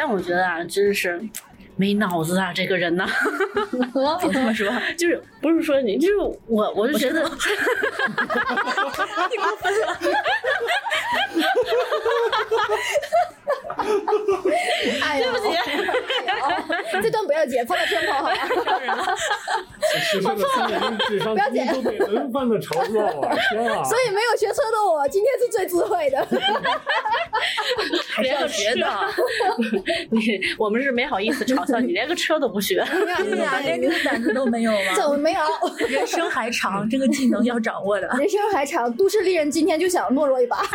但我觉得啊，真是没脑子啊，这个人呢。 怎么说？ 就是不是说你，就是我就觉得，你过分了。 哎呀， 对不起， 这段不要剪，放到片头好吗？ 实现了3年智商几乎都被文范的嘲笑啊！天啊！ 所以没有学车的我，今天是最智慧的。 还是要学的。 我们是没好意思嘲笑你，连个车都不学。 你俩连这个胆子都没有吗？ 怎么没有？ 人生还长，这个技能要掌握的。 人生还长，都市丽人今天就想懦弱一把。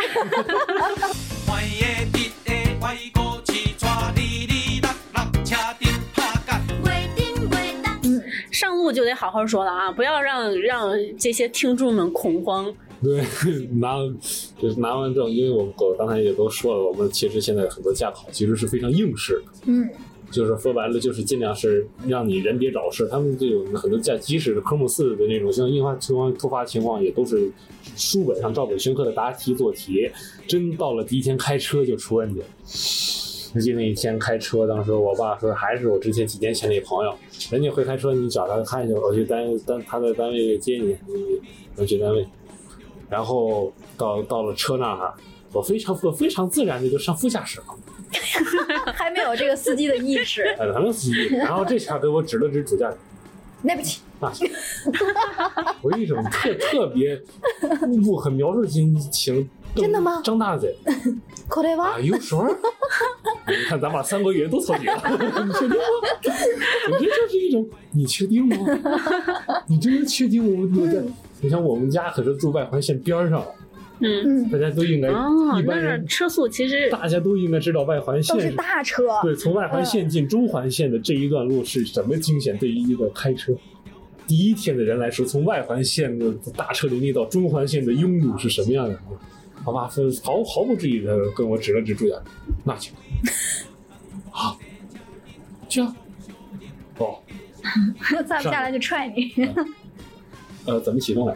上路就得好好说了啊，不要让这些听众们恐慌。 对，拿完证，因为我们刚才也都说了，我们其实现在很多驾考其实是非常应试的。就是说白了，就是尽量是让你人别找事。他们就有很多即使是科目4的那种，像硬化情况、突发情况，也都是书本上照本宣科的答题做题。真到了第一天开车就出问题了。我记得那一天开车，当时我爸说还是我之前几年前那朋友，人家会开车，你找他看一下，我去他在单位接你去单位，然后到了车那儿，我非常自然的就上副驾驶了。 还没有这个司机的意识。 还没有司机，然后这下给我指了指主驾驶。 对不起。 我有一种特别不很描述心情。 真的吗？ 张大嘴。 これは？ Are you sure？ 你看咱把3个语言都凑齐了，你确定吗？我觉得这是一种，你确定吗？你真的确定我在？你像我们家可是住外环线边上。大家都应该一般人车速其实大家都应该知道外环线都是大车。 对，从外环线进中环线的这一段路是什么惊险？对于一个开车第一天的人来说，从外环线的大车林立到中环线的拥堵是什么样的？好吧，毫不质疑的跟我指了指主驾，那行啊，这样哦， 再不下来就踹你。 怎么启动来？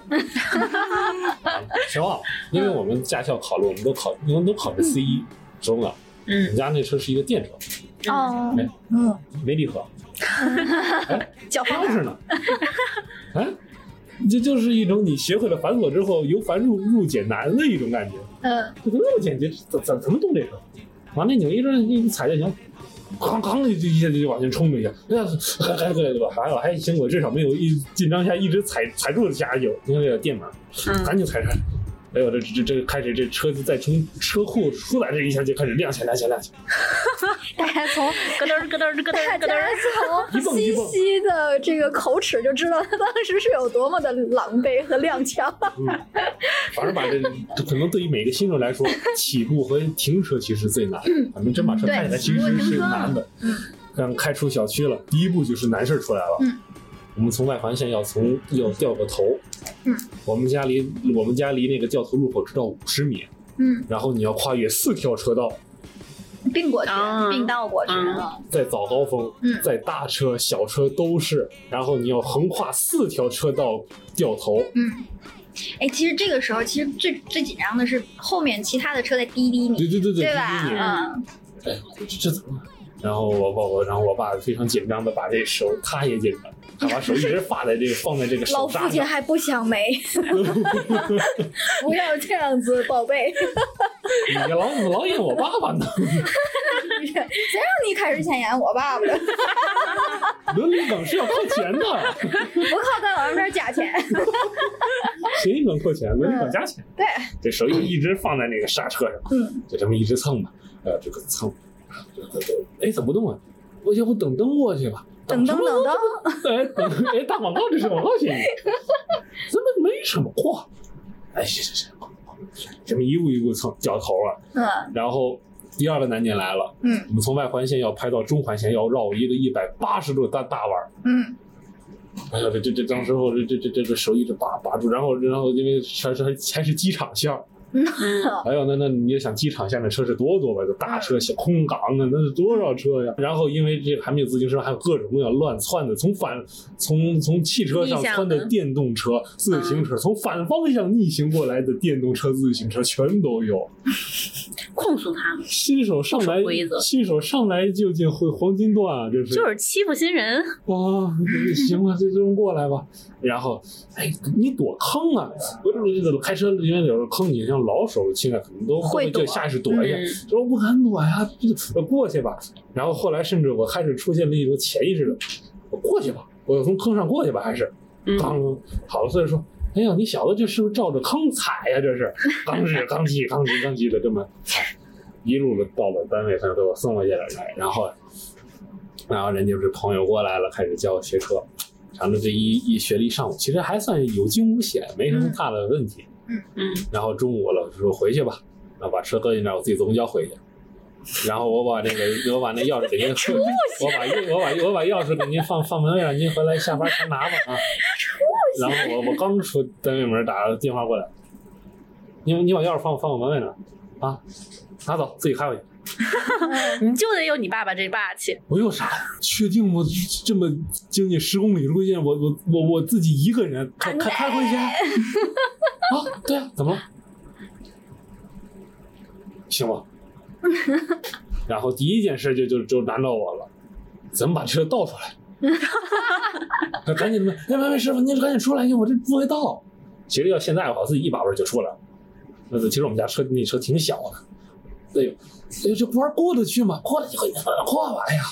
行了，因为我们驾校考了，我们都考的 C1 中了。我们家那车是一个电车。 哦。 没离合。 脚方式呢？这就是一种你学会了繁琐之后由繁入简难的一种感觉。这个那么简洁，怎么动这个？完了你踩下去，哐哐的就一下就往前冲了一下，还行，我至少没有紧张下一直踩住了下油，因为有电门，赶紧踩上。哎呦，这开始这车子再从车库出来这一下就开始亮起。 大家从咯噔， 大家从西西的这个口齿就知道他当时是有多么的狼狈和踉跄。 反正把这可能对于每个新手来说，起步和停车其实最难。咱们真把车开起来其实是难的。刚开出小区了，第一步就是难事出来了。我们从外环线要掉个头。我们家离那个掉头路口只到50米。然后你要跨越4条车道。 并过去，并道过去。 在早高峰，在大车、小车都是，然后你要横跨4条车道掉头。 其实这个时候，其实最紧张的是后面其他的车在滴滴你，对吧？ 这怎么？然后我爸非常紧张的把这手，他也紧张，他把手一直放在这个手刹上。 老父亲还不想没，不要这样子，宝贝。 你老演我爸爸呢？ 谁让你开始先演我爸爸的？ 伦理梗是要扣钱的， 不靠在我那边加钱。 谁能扣钱？伦理梗加钱。 对， 这手一直放在那个刹车上，就这么一直蹭吧，这个蹭。怎么不动啊？我要不等灯过去吧？ 等。 大广告，这是广告信息，怎么没什么话？行，这么一步蹭掉头了。然后第二个难点来了。我们从外环线要拍到中环线，要绕一个180度的大弯。哎呀，这当时候这手一直把住，然后因为还是机场线。 还有那你就想机场下面车是多吧，就大车小空港啊，那是多少车呀？然后因为这还没有自行车，还有各种各样乱窜的，从汽车上窜的电动车、自行车，从反方向逆行过来的电动车、自行车全都有。 控诉他们新手上来就进黄金段啊，这是就是欺负新人。 哇，行了，这种过来吧。然后，你躲坑啊！不是这个开车因为有时候坑，你像老手现在可能都会就下意识躲一下，说不敢躲呀，过去吧。然后后来甚至我开始出现了一种潜意识的，我过去吧，我从坑上过去吧，还是刚好了，所以说。哎呀，你小子这是不是照着坑踩呀？这是刚直的这么踩，一路的到了单位上给我送了下来，然后人家是朋友过来了，开始教我学车，反正这一学了一上午，其实还算有惊无险，没什么大的问题。然后中午了，说回去吧，然后把车搁进那儿，我自己坐公交回去。然后我把那钥匙给您，我把钥匙给您放门卫上，您回来下班常拿吧啊。然后我刚出单位门，打个电话过来，你把钥匙放我门卫那啊，拿走自己开回去。 你就得有你爸爸这霸气。 我有啥？确定我这么将近10公里路线，我自己一个人开回去啊？对啊，怎么了？行吧。然后第一件事就难到我了，怎么把车倒出来？赶紧的，没师傅，您赶紧出来，因为我这不会倒。其实要现在的话，自己一把味就出来了。其实我们家那车挺小的，哎呦，这不是过得去吗？过得去，过吧，哎呀，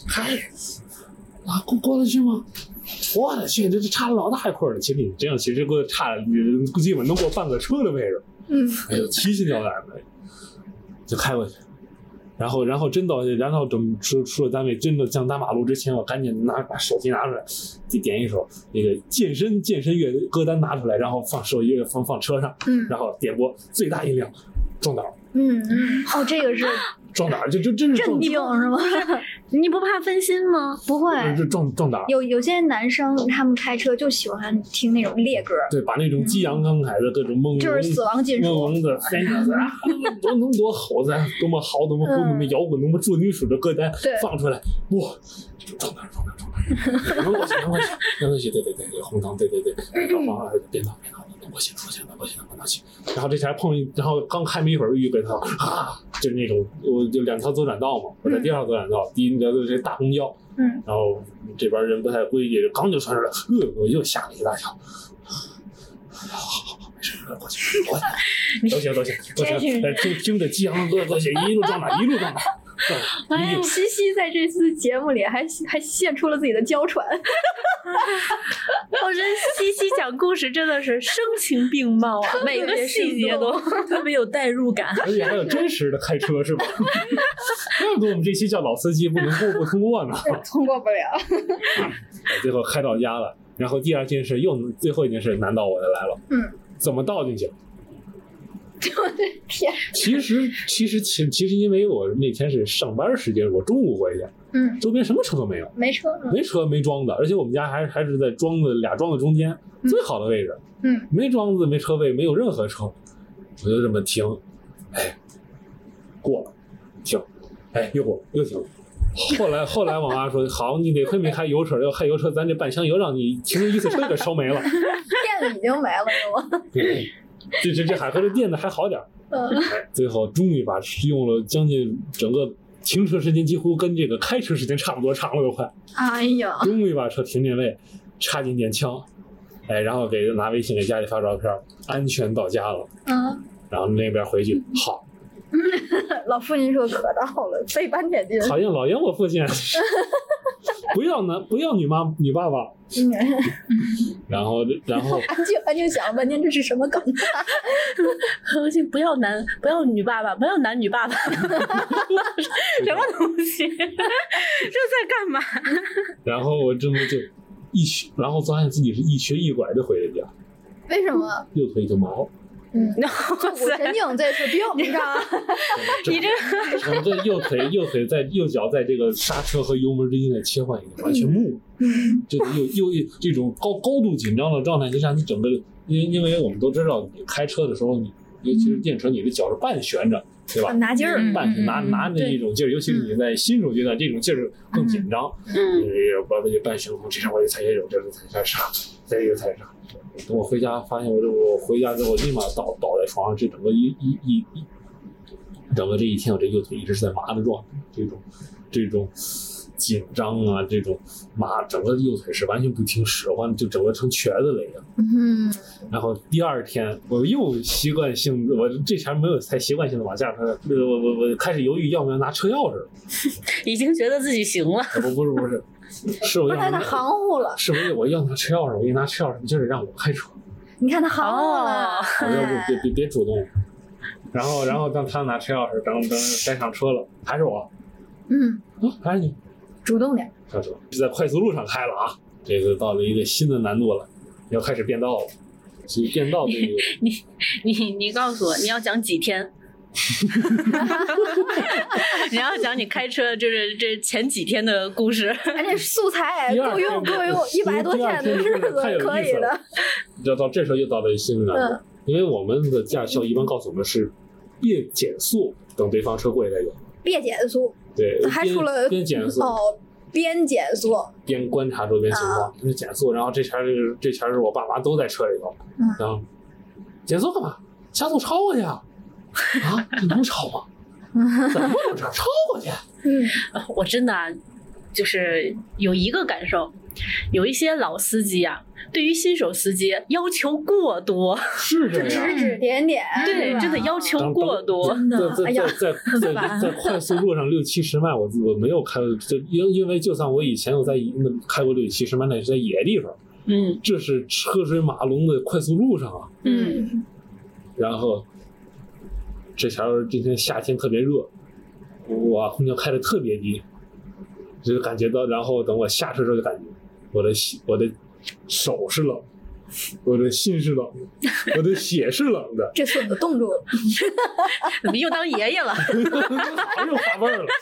过得去吗？我的去，这差了老大一块了。其实你这样，其实给我差了，你基本能过半个车的位置。哎呦，提心吊胆的，就开过去。然后真到，然后出了单位，真的降大马路之前，我赶紧把手机拿出来，点一首那个健身乐歌单拿出来，然后放手机放车上，然后点播最大音量，撞档。 这个是撞档，就真是镇定是吗？ 你不怕分心吗？ 不会， 就撞档。有些男生他们开车就喜欢听那种烈歌， 对，把那种激昂慷慨的各种梦， 就是死亡金属， 梦的飞子啊，多好的，多么豪，多么酷，多么摇滚，多么做女属的歌单放出来，哇，撞档，能过去，对，红灯，对，往变道，能过去，然后这才然后刚开没一会儿，预备到就是那种我就2条左转道嘛，我在第2条左转道，第一条是大公交，然后这边人不太规矩，刚就窜出来，我又吓了一大跳。好，没事，过去，都行，听着激昂的歌，一路撞哪。 西西在这次节目里还献出了自己的娇喘。 我觉得西西讲故事真的是声情并茂啊，每个细节都特别有代入感， 而且还有真实的开车是吧？怪不得我们这期叫老司机不通过呢， 通过不了。 最后开到家了，然后第二件事最后一件事难到我的来了，怎么倒进去？ 我的天！ 其实因为我那天是上班时间，我中午回去，周边什么车都没有，没车没桩子，而且我们家还是在俩桩子中间，最好的位置，没桩子没车位，没有任何车，我就这么停，过了，停，又停。后来我妈说，好，你得亏没开油车，要开油车，咱这半箱油让你停1次车给烧没了， 电已经没了是吗？ 对。这还和这电的还好点，最后终于把用了将近整个停车时间几乎跟这个开车时间差不多长了都快。 哎呀！ 终于把车停进位，插进电枪，然后拿微信给家里发照片，安全到家了。然后那边回去好。 老父亲说可到了，飞半天劲。 讨厌老杨，我父亲。不要女爸爸。然后安静想了半天，这是什么梗？ 不要女爸爸，不要男女爸爸，什么东西？这在干嘛？ 然后我这么就然后发现自己是一瘸一拐的回了家。 为什么？坐骨神经这次病，你看啊， 你这右腿在右脚在这个刹车和油门之间的切换已经完全木了，这个又这种高度紧张的状态，就像你整个，因为我们都知道，你开车的时候， 尤其是电车，你的脚是半悬着，对吧？ 拿劲儿， 拿着一种劲儿，尤其是你在新手阶段，这种劲儿更紧张。把那个半悬空，这上我就踩下手，这是踩下上，再一个踩上。等我回家发现我回家之后立马倒在床上，这整个整个这一天我这右腿一直是在麻的状态，这种紧张啊，这种麻，整个右腿是完全不听使唤，就整个成瘸子了一样。然后第二天我又习惯性，我这前没有太习惯性的往下车，我开始犹豫要不要拿车钥匙， 已经觉得自己行了。 不是，是我要他含糊了， 是我要拿车钥匙，我一拿车钥匙就是让我开车。 你看他含糊了， 我要不别主动。然后当他拿车钥匙，等该上车了，还是我，还是你， 主动点。 上车是在快速路上开了啊，这个到了一个新的难度了，要开始变道了。所以变道这个， 你告诉我，你要讲几天？你要讲你开车就是这前几天的故事， 而且素材够用100多天的日子可以的。 要到这时候又到了新的难度，因为我们的驾校一般告诉我们是别减速，等对方车过来再有。别减速，对，还出了边减速边减速，边观察周边情况，边减速。然后这前是我爸妈都在车里头，然后减速干嘛？加速超过去啊！啊，这能超吗？怎么能超过去？ 我真的就是有一个感受，有一些老司机啊，对于新手司机要求过多， 是这样， 指指点点， 对，真的要求过多， 真的。 在快速路上60-70迈，我没有开，就因为就算我以前有在开过60-70迈，那是在野地方，这是车水马龙的快速路上啊，然后这今天夏天特别热，我把空调开得特别低，就感觉到，然后等我下车的时候就感觉我的手是冷，我的心是冷，我的血是冷的。 这孙子冻住了， 怎么又当爷爷了？ 又发味儿了。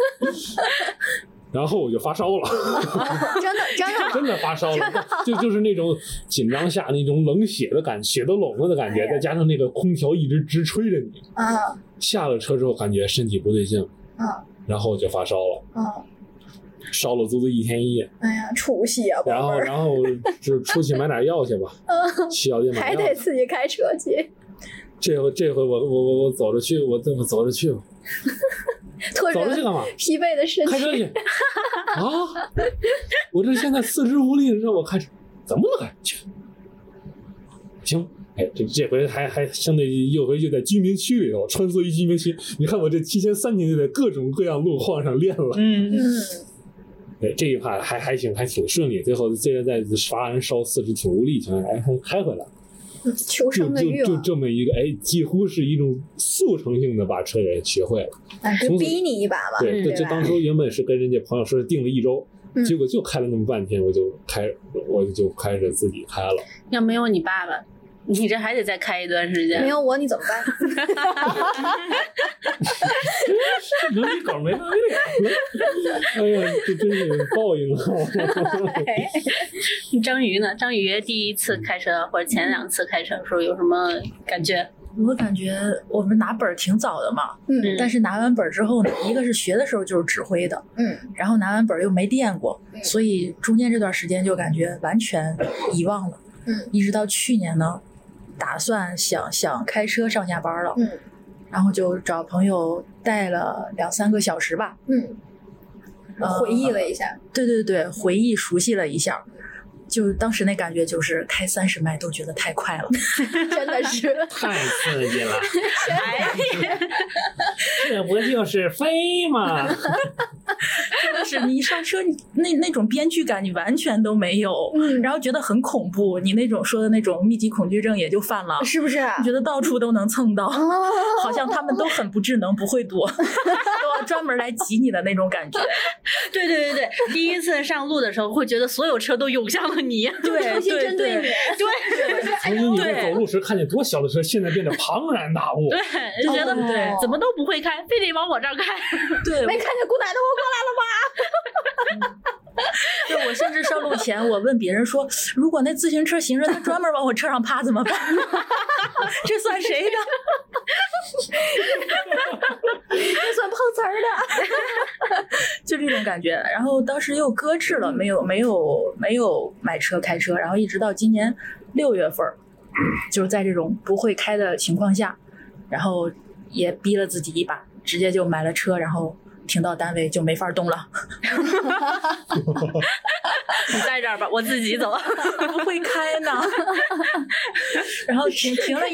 然后我就发烧了，真的发烧了，就是那种紧张下那种冷血的感觉，血都冷了的感觉，再加上那个空调一直直吹着你，下了车之后感觉身体不对劲，然后我就发烧了，烧了足足1天1夜。哎呀，出息啊！然后就出去买点药去吧，去药店买药。还得自己开车去。这回我走着去，我走着去吧。走着去干嘛？疲惫的身体。开车去啊！我这现在四肢无力，让我开车怎么能开去？行，哎，这回还相对又回就在居民区里头穿梭于居民区。你看我这提前3天就在各种各样路况上练了。对，这一趴还行，还挺顺利。最后这个在发燃烧4肢挺无力，情况还开回来。求生的欲望就这么一个，几乎是一种速成性的把车给学会了，就逼你一把嘛。对，这当初原本是跟人家朋友说是定了1周，结果就开了那么半天，我就开始自己开了。 要没有你爸爸，你这还得再开一段时间。没有我你怎么办？ 能力狗没能力。哎呀，这真是报应啊！ 章鱼呢？章鱼第一次开车或者前2次开车的时候有什么感觉？ 我感觉我们拿本挺早的嘛，但是拿完本之后呢，一个是学的时候就是指挥的，然后拿完本又没练过，所以中间这段时间就感觉完全遗忘了，一直到去年呢，打算想开车上下班了，然后就找朋友带了2-3个小时吧，回忆了一下，对，回忆熟悉了一下。就当时那感觉就是开30迈都觉得太快了，真的是太刺激了，这不就是飞吗？ 真的是你上车你那种编剧感你完全都没有，然后觉得很恐怖，你那种说的那种密集恐惧症也就犯了，是不是？你觉得到处都能蹭到，好像他们都很不智能，不会躲，都要专门来挤你的那种感觉。 对，第一次上路的时候会觉得所有车都涌向了你， 对， 针对你，对， 曾经你在走路时看见多小的车，现在变得庞然大物， 对，就觉得怎么都不会开，非得往我这儿开， 对， 没看见姑奶奶我过来了吧？ 对，我甚至上路前我问别人说，如果那自行车行人他专门往我车上趴怎么办？这算谁的？ 感觉。然后当时又搁置了，没有买车开车，然后一直到今年6月份，就是在这种不会开的情况下，然后也逼了自己一把，直接就买了车，然后停到单位就没法动了。 你在这儿吧，我自己走。 不会开呢。然后停了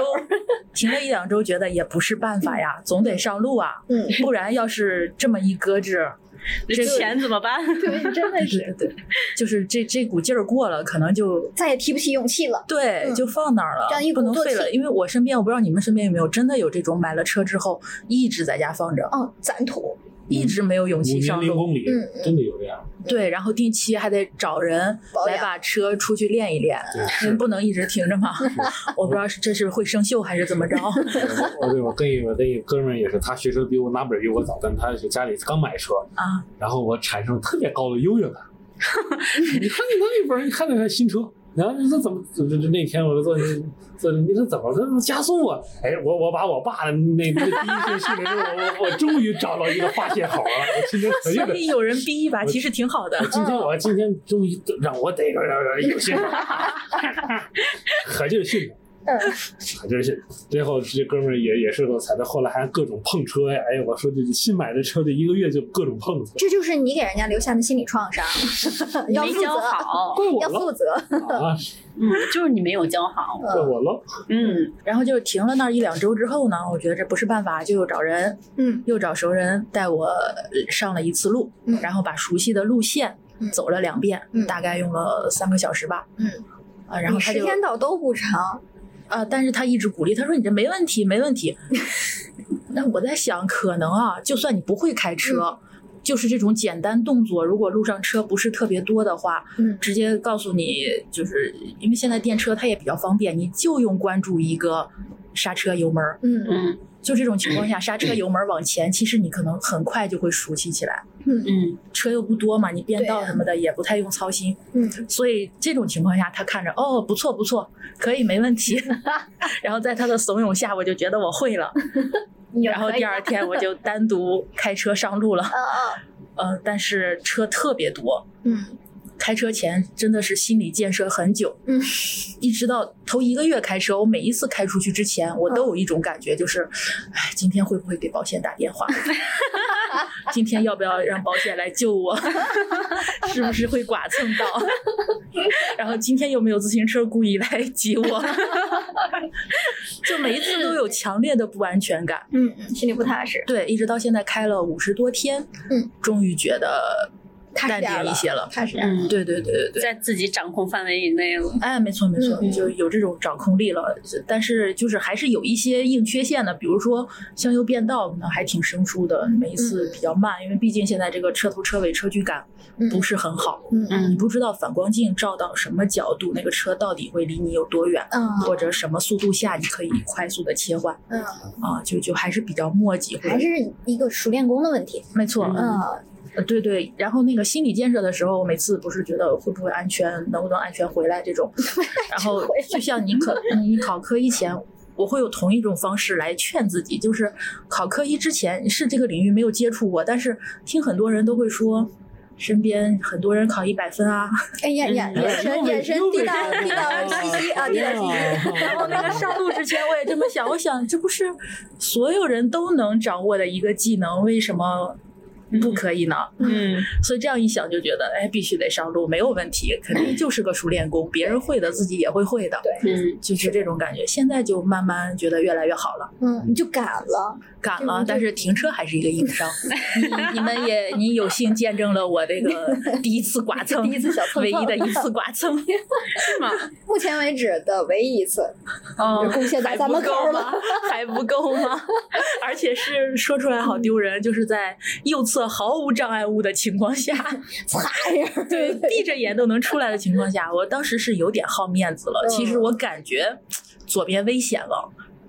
1-2周，觉得也不是办法呀，总得上路啊。不然要是这么一搁置， 这钱怎么办？ 对，真的是对，就是这股劲儿过了，可能就再也提不起勇气了。 对，就放那儿了，不能废了。因为我身边，我不知道你们身边有没有，真的有这种买了车之后一直在家放着， 攒土， 一直没有勇气上路。 5年0公里，真的有这样。 对，然后定期还得找人来把车出去练一练，不能一直停着嘛。我不知道这是会生锈还是怎么着。 我跟一哥们儿也是，他学车比我拿本比我早，但他是家里刚买车啊， 然后我产生特别高的优越感。你看你那本，你看那台新车。然后你说怎么？那天我就坐，你说怎么加速啊？哎，我把我爸的那第一件事情，我终于找到一个发泄口了。我今天可劲的， 所以有人逼一把，其实挺好的。 今天终于让我逮着有心了，可劲训的。还真是，最后这哥们儿也是个惨的，后来还各种碰车呀！哎，我说这新买的车，这1个月就各种碰死。 这就是你给人家留下的心理创伤，要没教好， 要负责。 就是你没有教好， 怪我了。 然后就停了那1-2周之后呢，我觉得这不是办法，就又找人，又找熟人带我上了一次路，然后把熟悉的路线走了2遍，大概用了3个小时吧。然后他就 10天倒都不长。 但是他一直鼓励，他说你这没问题，没问题。那我在想，可能啊，就算你不会开车，就是这种简单动作，如果路上车不是特别多的话，直接告诉你，就是因为现在电车它也比较方便，你就用关注一个刹车油门，就这种情况下，刹车油门往前，其实你可能很快就会熟悉起来。车又不多嘛，你变道什么的也不太用操心。所以这种情况下，他看着不错，可以没问题。然后在他的怂恿下，我就觉得我会了。然后第2天我就单独开车上路了。但是车特别多。开车前真的是心理建设很久，一直到头1个月开车，我每一次开出去之前，我都有一种感觉，就是，今天会不会给保险打电话？今天要不要让保险来救我？是不是会剐蹭到？然后今天有没有自行车故意来挤我？就每一次都有强烈的不安全感， 心里不踏实。 对，一直到现在开了50多天，终于觉得淡定一些了， 踏实。 对， 在自己掌控范围以内了。 哎，没错，就有这种掌控力了。但是就是还是有一些硬缺陷的，比如说向右变道可能还挺生疏的，每一次比较慢，因为毕竟现在这个车头车尾车距感不是很好。你不知道反光镜照到什么角度，那个车到底会离你有多远，或者什么速度下你可以快速的切换。就还是比较磨叽， 还是一个熟练工的问题。 没错。对，然后那个心理建设的时候，每次不是觉得会不会安全，能不能安全回来这种，然后就像你考科1前，我会有同一种方式来劝自己，就是考科1之前是这个领域没有接触过，但是听很多人都会说，身边很多人考100分啊， 眼神滴到嘻嘻啊，滴到嘻嘻。 然后那个上路之前我也这么想，我想这不是所有人都能掌握的一个技能，为什么不可以呢？所以这样一想就觉得，必须得上路，没有问题，肯定就是个熟练工，别人会的，自己也会会的。 对， 就是这种感觉。现在就慢慢觉得越来越好了。 你就赶了， 但是停车还是一个硬伤。你有幸见证了我这个第一次剐蹭， 第一次小蹭蹭， 唯一的一次剐蹭， 是吗？ 目前为止的唯一一次。贡献在咱们口了， 还不够吗？而且是说出来好丢人，就是在右侧毫无障碍物的情况下， 擦呀， 对，闭着眼都能出来的情况下，我当时是有点好面子了。其实我感觉左边危险了。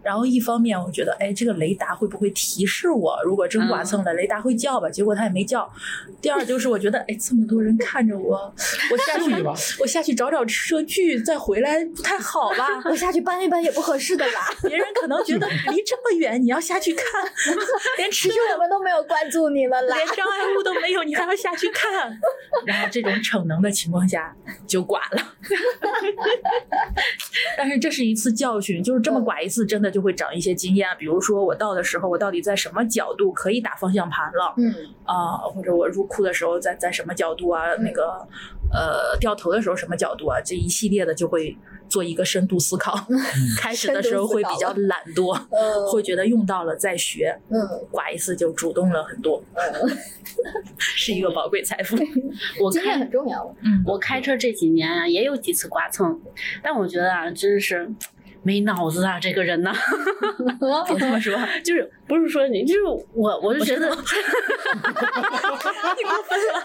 然后一方面我觉得，哎，这个雷达会不会提示我，如果真剐蹭了，雷达会叫吧？结果他也没叫。第二就是我觉得，哎，这么多人看着我下去找找车距再回来不太好吧？ 我下去搬一搬也不合适的吧？ 别人可能觉得离这么远，你要下去看，连其实我们都没有关注你们啦， 连障碍物都没有，你还要下去看。然后这种逞能的情况下就剐了。但是这是一次教训，就是这么剐一次真的就会长一些经验。比如说我到的时候我到底在什么角度可以打方向盘了，或者我入库的时候在什么角度啊，那个掉头的时候什么角度啊，这一系列的就会做一个深度思考。开始的时候会比较懒惰，会觉得用到了再学，剐一次就主动了很多，是一个宝贵财富。 经验很重要。 我开车这几年啊也有几次剐蹭，但我觉得啊真是没脑子啊，这个人呢。 别这么说， 就是不是说你，就是我就觉得，你过分了。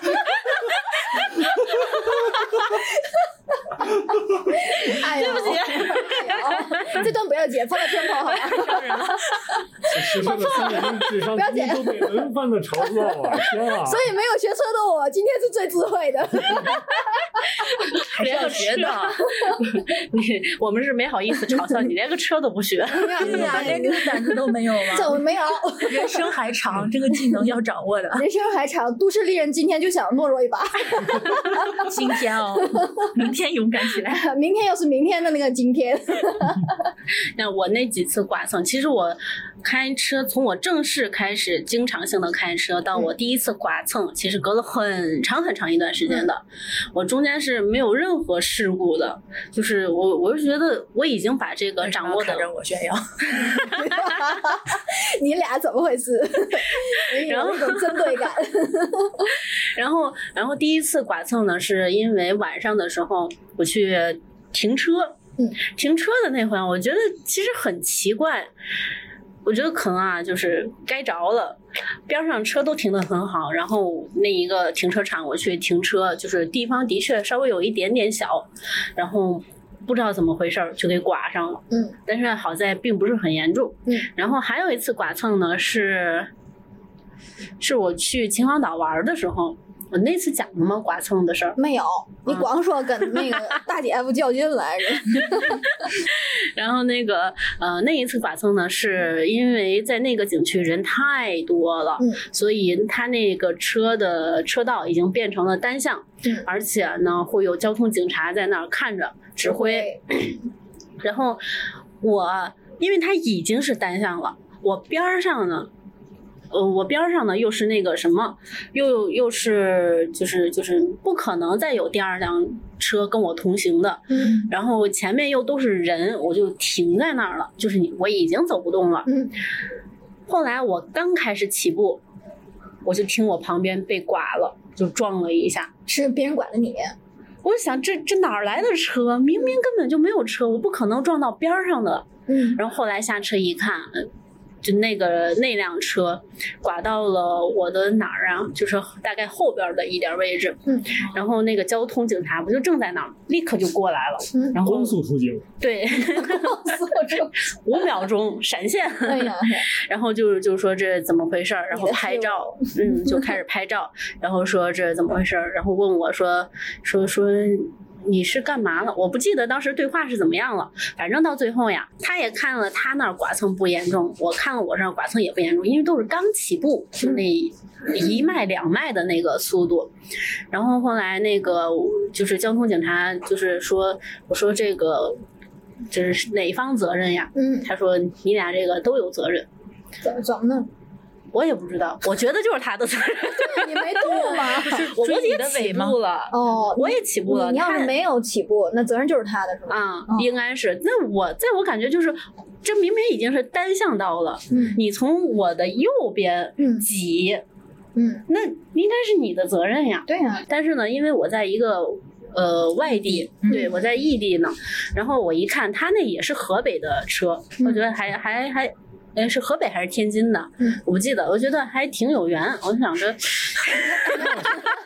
哎呀，对不起，这段不要剪，放到片头好吗？ 伤人了。 学车的3年智商都被文范的嘲笑啊！天啊！ 所以没有学车的我，今天是最智慧的。 还是要学的。 我们是没好意思嘲笑你，连个车都不学。 对呀，连这个胆子都没有吗？ 怎么没有？ 人生还长，这个技能要掌握的。 人生还长，都市丽人今天就想懦弱一把。 今天哦，明天勇敢起来。 明天又是明天的那个今天。 那我那几次剐蹭，其实我开车从我正式开始经常性的开车到我第一次剐蹭，其实隔了很长很长一段时间的。我中间是没有任何事故的，就是我就觉得我已经把这个掌握的。 让我炫耀。 你俩怎么回事？有那种针对感。 然后第一次剐蹭呢，是因为晚上的时候我去停车。停车的那回我觉得其实很奇怪，我觉得可能啊就是该着了，边上车都停得很好，然后那一个停车场我去停车，就是地方的确稍微有一点点小，然后不知道怎么回事就给剐上了。但是好在并不是很严重。然后还有一次剐蹭呢，是我去秦皇岛玩的时候。我那次讲了吗？剐蹭的事儿没有，你光说跟那个大姐夫较劲来着。 然后那个那一次剐蹭呢，是因为在那个景区人太多了，所以他那个车的车道已经变成了单向，而且呢会有交通警察在那儿看着指挥。然后因为它已经是单向了，我边上呢又是那个什么，又是就是不可能再有第二辆车跟我同行的。然后前面又都是人，我就停在那儿了，就是我已经走不动了。后来我刚开始起步，我就听我旁边被剐了，就撞了一下。 是别人剐的你？ 我就想这哪来的车？明明根本就没有车，我不可能撞到边上的。然后后来下车一看。就那辆车剐到了我的哪儿啊？就是大概后边的一点位置。然后那个交通警察不就正在那儿，立刻就过来了。然后光速出警。 对，5秒钟闪现。 哎呀， 然后就说这怎么回事？然后拍照，就开始拍照，然后说这怎么回事？然后问我说你是干嘛了？我不记得当时对话是怎么样了，反正到最后呀，他也看了他那儿剐蹭不严重，我看了我这儿剐蹭也不严重，因为都是刚起步，就那1迈2迈的那个速度。然后后来那个就是交通警察就是说，我说这个是哪方责任呀？他说你俩这个都有责任。 怎么呢？ 我也不知道，我觉得就是他的责任。 你没动吗？ 我也起步了。我也起步了。 你要是没有起步，那责任就是他的，是吧？ 应该是。那在我感觉就是，这明明已经是单向道了，你从我的右边挤，那应该是你的责任呀。 对呀。 但是呢，因为我在一个外地，对，我在异地呢，然后我一看他那也是河北的车，我觉得还。是河北还是天津的？我不记得。我觉得还挺有缘。我想着，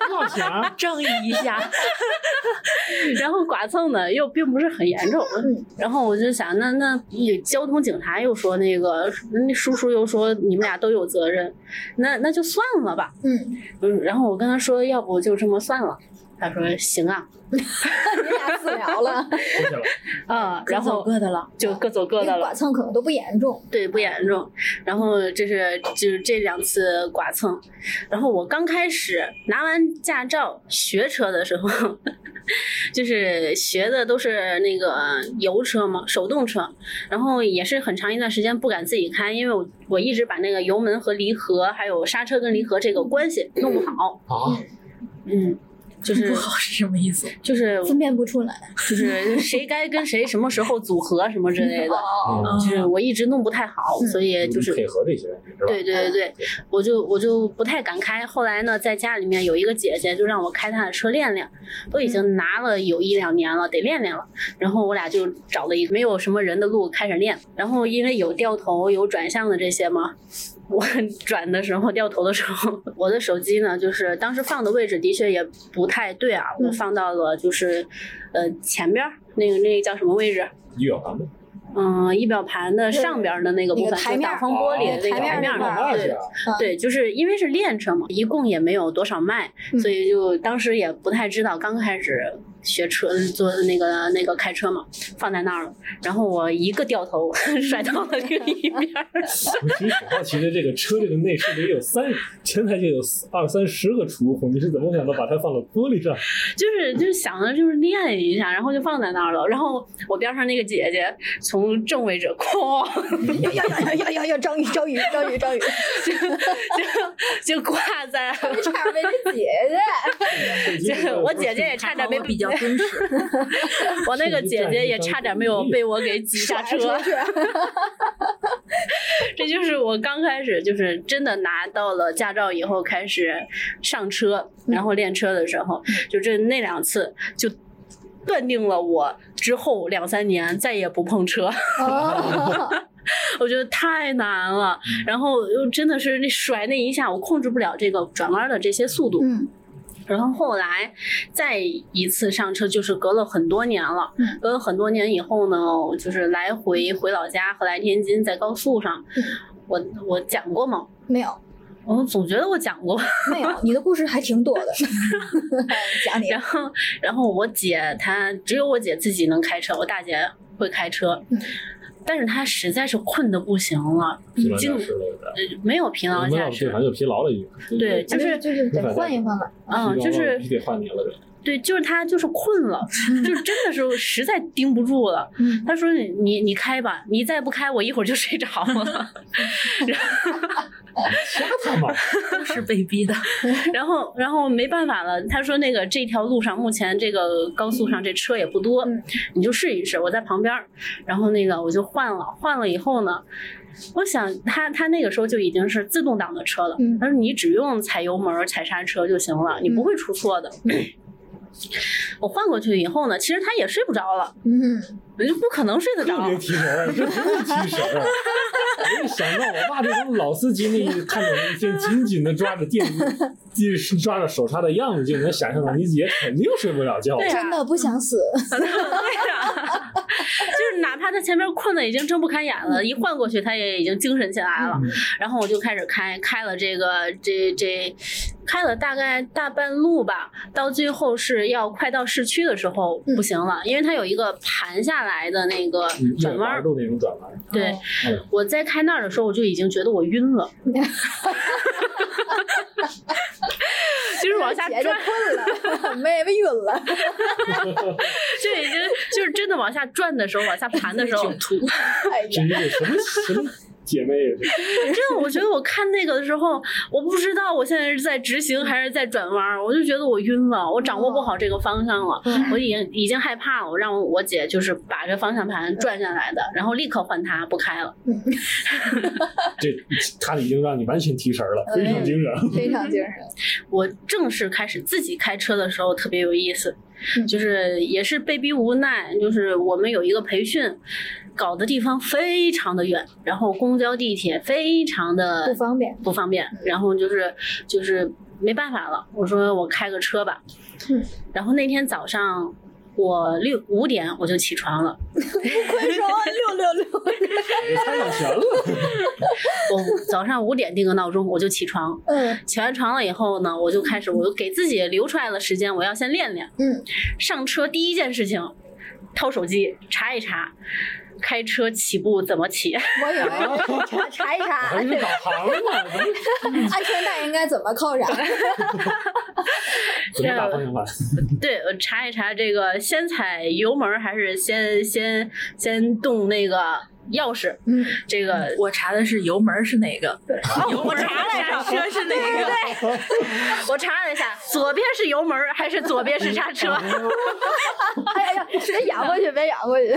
要钱， 正义一下。 然后剐蹭呢又并不是很严重，然后我就想，那交通警察又说那个叔叔又说你们俩都有责任，那就算了吧。然后我跟他说，要不就这么算了。他说行啊。 你俩私聊了然后各走各的了， 就各走各的了。 剐蹭可能都不严重， 对，不严重。然后就是这2次剐蹭，然后我刚开始拿完驾照学车的时候，就是学的都是那个油车嘛，手动车，然后也是很长一段时间不敢自己开，因为我一直把那个油门和离合，还有刹车跟离合这个关系弄不好啊。就是不好是什么意思？ 就是分辨不出来， 就是谁该跟谁什么时候组合什么之类的，就是我一直弄不太好，所以就是配合这些，是吧？ 对，我就不太敢开。后来呢，在家里面有一个姐姐，就让我开她的车练练，都已经拿了有1-2年了，得练练了。然后我俩就找了一个没有什么人的路开始练，然后因为有掉头有转向的这些嘛。我转的时候掉头的时候，我的手机呢，就是当时放的位置的确也不太对啊，我放到了就是前边那个叫什么位置？ 仪表盘吗？ 仪表盘的上边的那个部分，就挡风玻璃的那个台面的，对，就是因为是练车嘛，一共也没有多少迈，所以就当时也不太知道，刚开始学车做那个开车嘛，放在那儿了，然后我一个掉头摔到了另一边。 我其实挺好奇的，这个车这个内饰里有前台就有20-30个出孔，你是怎么想到把它放到玻璃上？ 就是想的就是练一下，然后就放在那儿了。然后我边上那个姐姐从正位置哐， 呀，章鱼， 就挂在， 差点被这姐姐，我姐姐也差点没比较敦实， 我那个姐姐也差点没有被我给挤下车。这就是我刚开始就是真的拿到了驾照以后开始上车，然后练车的时候，就那2次就断定了我之后2-3年再也不碰车。我觉得太难了，然后又真的是那甩那一下，我控制不了这个转弯的这些速度。然后后来再一次上车，就是隔了很多年了。隔了很多年以后呢，就是来回老家和来天津，在高速上，我讲过吗？ 没有。 我总觉得我讲过。 没有，你的故事还挺多的。讲你。 然后我姐她只有我姐自己能开车，我大姐会开车。但是他实在是困得不行了，已经没有疲劳驾驶， 反正就疲劳了已经。 对，就是得换一换了。 就是得换你了这。 对，就是他就是困了，就是真的是实在盯不住了。他说你开吧，你再不开我一会儿就睡着了。 瞎他妈都是被逼的。 然后没办法了，他说那个这条路上目前这个高速上这车也不多，你就试一试，我在旁边。然后那个我就换了以后呢，我想他那个时候就已经是自动挡的车了，他说你只用踩油门踩刹车就行了，你不会出错的。我换过去以后呢，其实他也睡不着了，就不可能睡得着。 特别提神，这不用提神。我就想到我爸这种老司机看着那些紧紧的抓着抓着手刹的样子，就能想象到你姐肯定睡不了觉。 真的不想死。 对呀，就是哪怕他前面困的已经睁不开眼了，一换过去他也已经精神起来了。然后我就开始开了这开了大概大半路吧，到最后是要快到市区的时候不行了，因为它有一个盘下来的那个转弯， 那种转弯。 对，我在开那儿的时候我就已经觉得我晕了。就是往下转， 困了，妹妹晕了， 就已经就是真的往下转的时候，往下盘的时候吐。 这是什么姐妹？ 真的，我觉得我看那个的时候，我不知道我现在是在直行还是在转弯，我就觉得我晕了，我掌握不好这个方向了，我已经害怕了。我让我姐就是把这方向盘转下来的，然后立刻换它不开了。 他已经让你完全提神了，非常精神， 非常精神。 我正式开始自己开车的时候特别有意思，就是也是被逼无奈，就是我们有一个培训。搞的地方非常的远，然后公交地铁非常的不方便，然后就是没办法了，我说我开个车吧。然后那天早上我5点我就起床了。 快说666！ 太有钱了。 我早上5点定个闹钟，我就起床。起完床了以后呢，我就给自己留出来了时间，我要先练练。上车第一件事情，掏手机查一查。开车起步怎么起？ 我有查一查， 还是导航嘛？ 安全带应该怎么靠上？ 怎么打方向盘？ 对，我查一查这个，先踩油门还是先动那个钥匙？这个我查的是油门是哪个？ 我查了一下， 车是哪个？ 对，我查了一下，左边是油门还是左边是刹车？ 哎呀，别仰过去，别仰过去。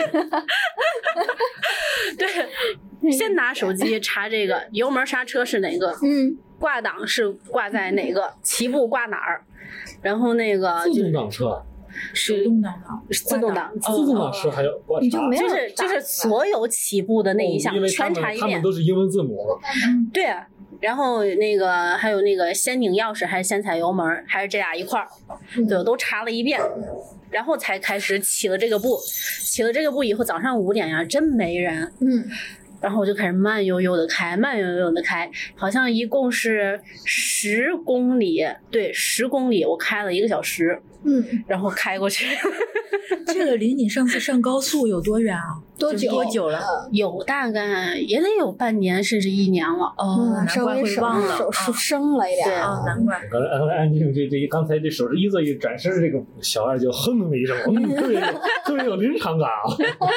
对，先拿手机查这个油门刹车是哪个，挂档是挂在哪个，起步挂哪儿，然后那个自动挡车。 手动挡的， 自动挡车还有挂你就没有就是所有起步的那一项全查一遍。 他们都是英文字母。 对，然后那个还有那个先拧钥匙还是先踩油门，还是这俩一块儿，对，都查了一遍。然后才开始起了这个步以后，早上5点呀，真没人。然后我就开始慢悠悠的开，好像一共是10公里，对，10公里，我开了1个小时。然后开过去。 这个离你上次上高速有多远啊？ 多久了？ 有大概也得有半年甚至1年了。 难怪会忘了， 手生了一点。 对啊，难怪。 安静，刚才这手势一做一转身，这个小二就哼了一声，特别有临场感啊。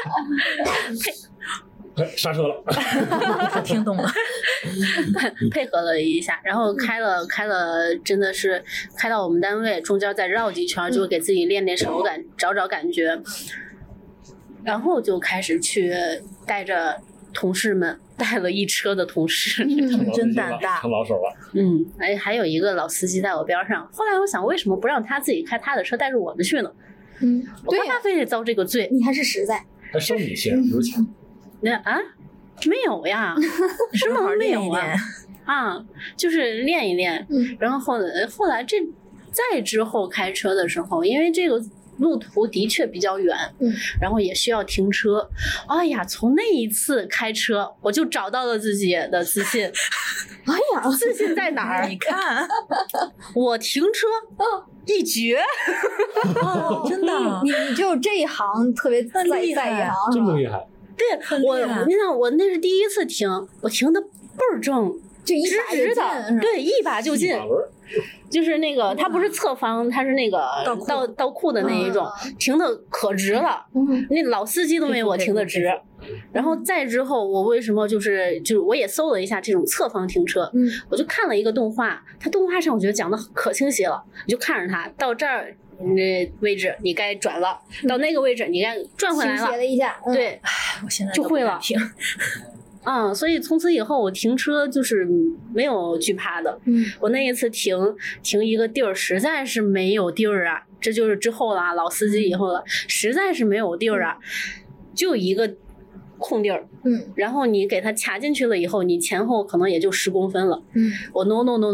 刹车了， 他听懂了， 配合了一下，然后开了，真的是开到我们单位，中间再绕几圈，就给自己练手感，找感觉，然后就开始去带着同事们，带了一车的同事， 真胆大， 成老手了。 还有一个老司机在我边上。后来我想，为什么不让他自己开他的车，带着我们去呢？我干嘛非得遭这个罪？ 你还是实在， 还收你钱，有钱。 没有呀，什么没有啊？就是练一练。然后后来再之后开车的时候，因为这个路途的确比较远，然后也需要停车。哎呀，从那一次开车，我就找到了自己的自信。 哎呀， 自信在哪儿？ 你看，我停车一绝。 真的， 你就这一行特别在一行， 这么厉害。 对，我那是第一次停，我停的倍儿正， 就一把就进， 对，一把就进。就是那个，它不是侧方，它是那个倒库的那一种，停的可直了。那老司机都没我停的直。然后再之后，我为什么就是我也搜了一下这种侧方停车，我就看了一个动画，它动画上我觉得讲的可清晰了，你就看着它到这儿。那位置你该转了，到那个位置你该转回来了。 倾斜了一下， 对， 我现在就会了。所以从此以后我停车就是没有惧怕的。我那一次停一个地儿，实在是没有地儿啊，这就是之后了，老司机以后了，实在是没有地儿啊，就一个空地儿，然后你给它卡进去了以后，你前后可能也就10公分了，我挪了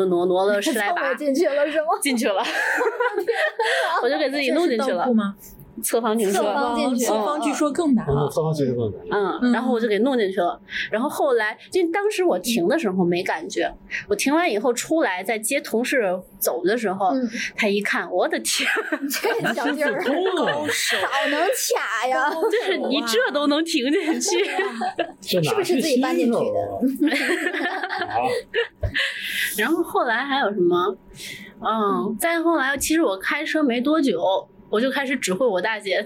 10来把， 进去了是吗？ 进去了，我就给自己弄进去了。侧方停车， 侧方据说更难了， 侧方确实更难。 然后我就给弄进去了。然后后来，就当时我停的时候没感觉，我停完以后出来，在接同事走的时候，他一看，我的天， 这小劲儿，好能卡呀！ 就是你这都能停进去， 是不是自己搬进去的？ 然后后来还有什么？再后来，其实我开车没多久。我就开始指挥我大姐，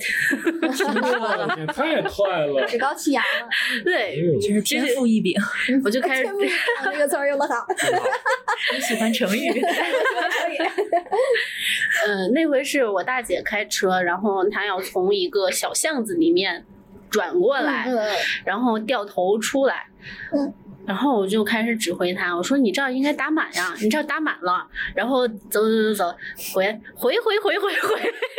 太快了， 趾高气扬了。 对， 真是天赋异禀。 我就开始这个词儿用得好， 你喜欢成语。 那回是我大姐开车，然后她要从一个小巷子里面转过来，然后掉头出来。然后我就开始指挥他，我说你这儿应该打满呀，你这儿打满了，然后走，回。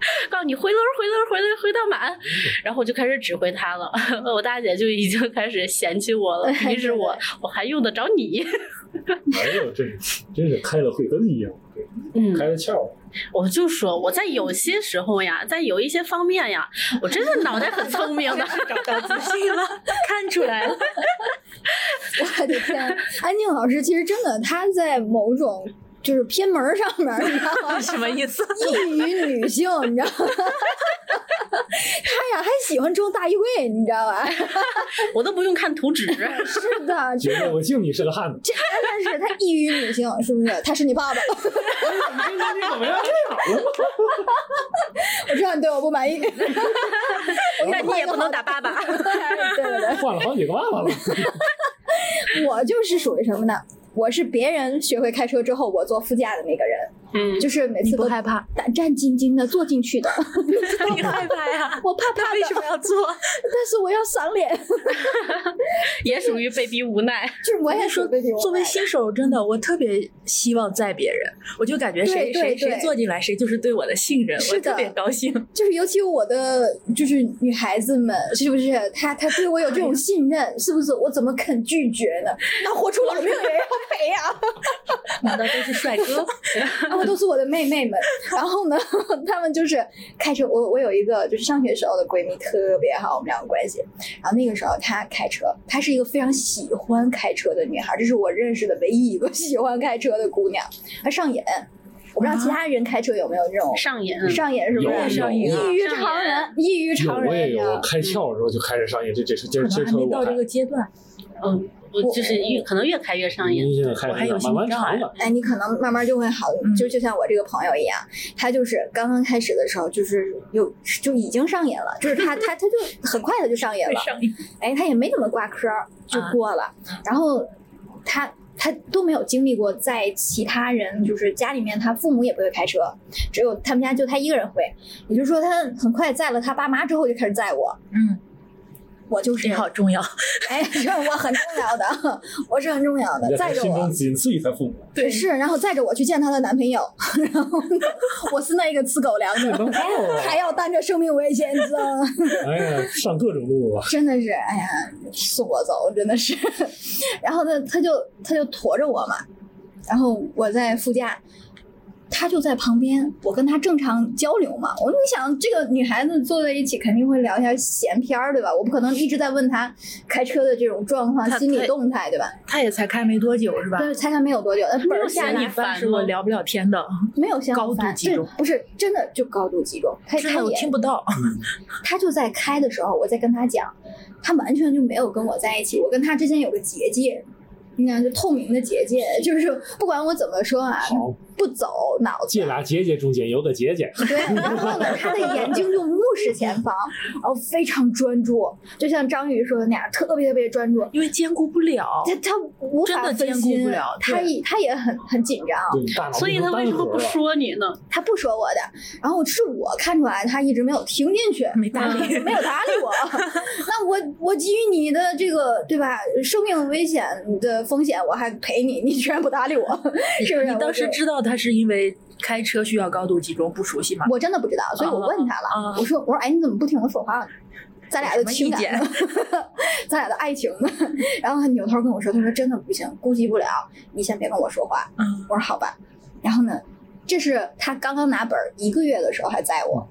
告诉你回到满，然后我就开始指挥他了。我大姐就已经开始嫌弃我了，于是我还用得着你？ 没有，真是开了慧根一样，开了窍。 我就说我在有些时候呀，在有一些方面呀，我真的脑袋很聪明的， 找到自信了，看出来了。 我的天，安静老师其实真的他在某种就是偏门上面，你知道吗？ 什么意思？ 异于女性，你知道吗？他呀还喜欢种大衣柜，你知道吧？ 我都不用看图纸。 是的， 觉得我敬你是个汉子。 但是他异于女性，是不是？他是你爸爸。 你怎么样这样了？ 我知道你对我不满意， 但你也不能打爸爸。 对， 换了好几个爸爸了。 我就是属于什么呢？我是别人学会开车之后，我坐副驾的那个人，就是每次都害怕， 胆战兢兢的坐进去的。 你害怕呀？ 我怕的。 为什么要坐？ 但是我要赏脸。 也属于被逼无奈。 就是我也说， 作为新手，真的我特别希望载别人，我就感觉谁坐进来，谁就是对我的信任，我特别高兴。 就是尤其我的就是女孩子们，是不是？她对我有这种信任，是不是？我怎么肯拒绝呢？那活出老命也要赔呀！ 难道都是帅哥？ 然后都是我的妹妹们。然后呢，他们就是开车。我有一个就是上学时候的闺蜜，特别好，我们两个关系。然后那个时候她开车，她是一个非常喜欢开车的女孩，这是我认识的唯一一个喜欢开车的姑娘。她上瘾。我不知道其他人开车有没有这种上瘾是不是？ 上瘾， 异于常人，异于常人。 我也有，开窍的时候就开始上瘾，这还没到这个阶段。 我就是可能越开越上瘾。 我还有慢慢长了。 哎，你可能慢慢就会好，就像我这个朋友一样，他就是刚刚开始的时候就是就已经上瘾了，就是他就很快的就上瘾了。哎，他也没怎么挂科就过了，然后他都没有经历过在其他人就是家里面，他父母也不会开车，只有他们家就他一个人会，也就是说他很快载了他爸妈之后就开始载我。我就是好重要， 哎，是我很重要的，我是很重要的，载着我， 心中仅次于他父母， 对，是，然后载着我去见她的男朋友，然后我是那个吃狗粮的，还要担着生命危险着， 哎呀，上各种路啊， 真的是，哎呀，送我走，真的是，然后他就驮着我嘛，然后我在副驾。他就在旁边，我跟他正常交流嘛。你想，这个女孩子坐在一起，肯定会聊一下闲篇儿，对吧？我不可能一直在问他开车的这种状况、心理动态，对吧？ 他也才开没多久，是吧？ 对，才开没有多久，本儿下来， 但是我聊不了天的， 没有相高度集中， 不是真的就高度集中。他也听不到。 他就在开的时候，我在跟他讲，他完全就没有跟我在一起，我跟他之间有个结界。你看，就透明的结界，就是不管我怎么说啊，不走脑子。 这俩结界中间有个结界。 对，然后呢，他的眼睛就目视前方，然后非常专注，就像张宇说的那样，特别专注。 因为兼顾不了， 他无法分心，他也很紧张， 所以他为什么不说你呢？ 他不说我的，然后是我看出来他一直没有听进去， 没搭理我。那我基于你的这个对吧，生命危险的风险，我还陪你，你居然不搭理我，是不是？ 你当时知道他是因为开车需要高度集中，不熟悉吗？ 我真的不知道，所以我问他了，我说哎，你怎么不听我说话呢？咱俩的情感呢？咱俩的爱情呢？然后他扭头跟我说，他说真的不行，顾及不了，你先别跟我说话。我说好吧。然后呢，这是他刚刚拿本1个月的时候还载我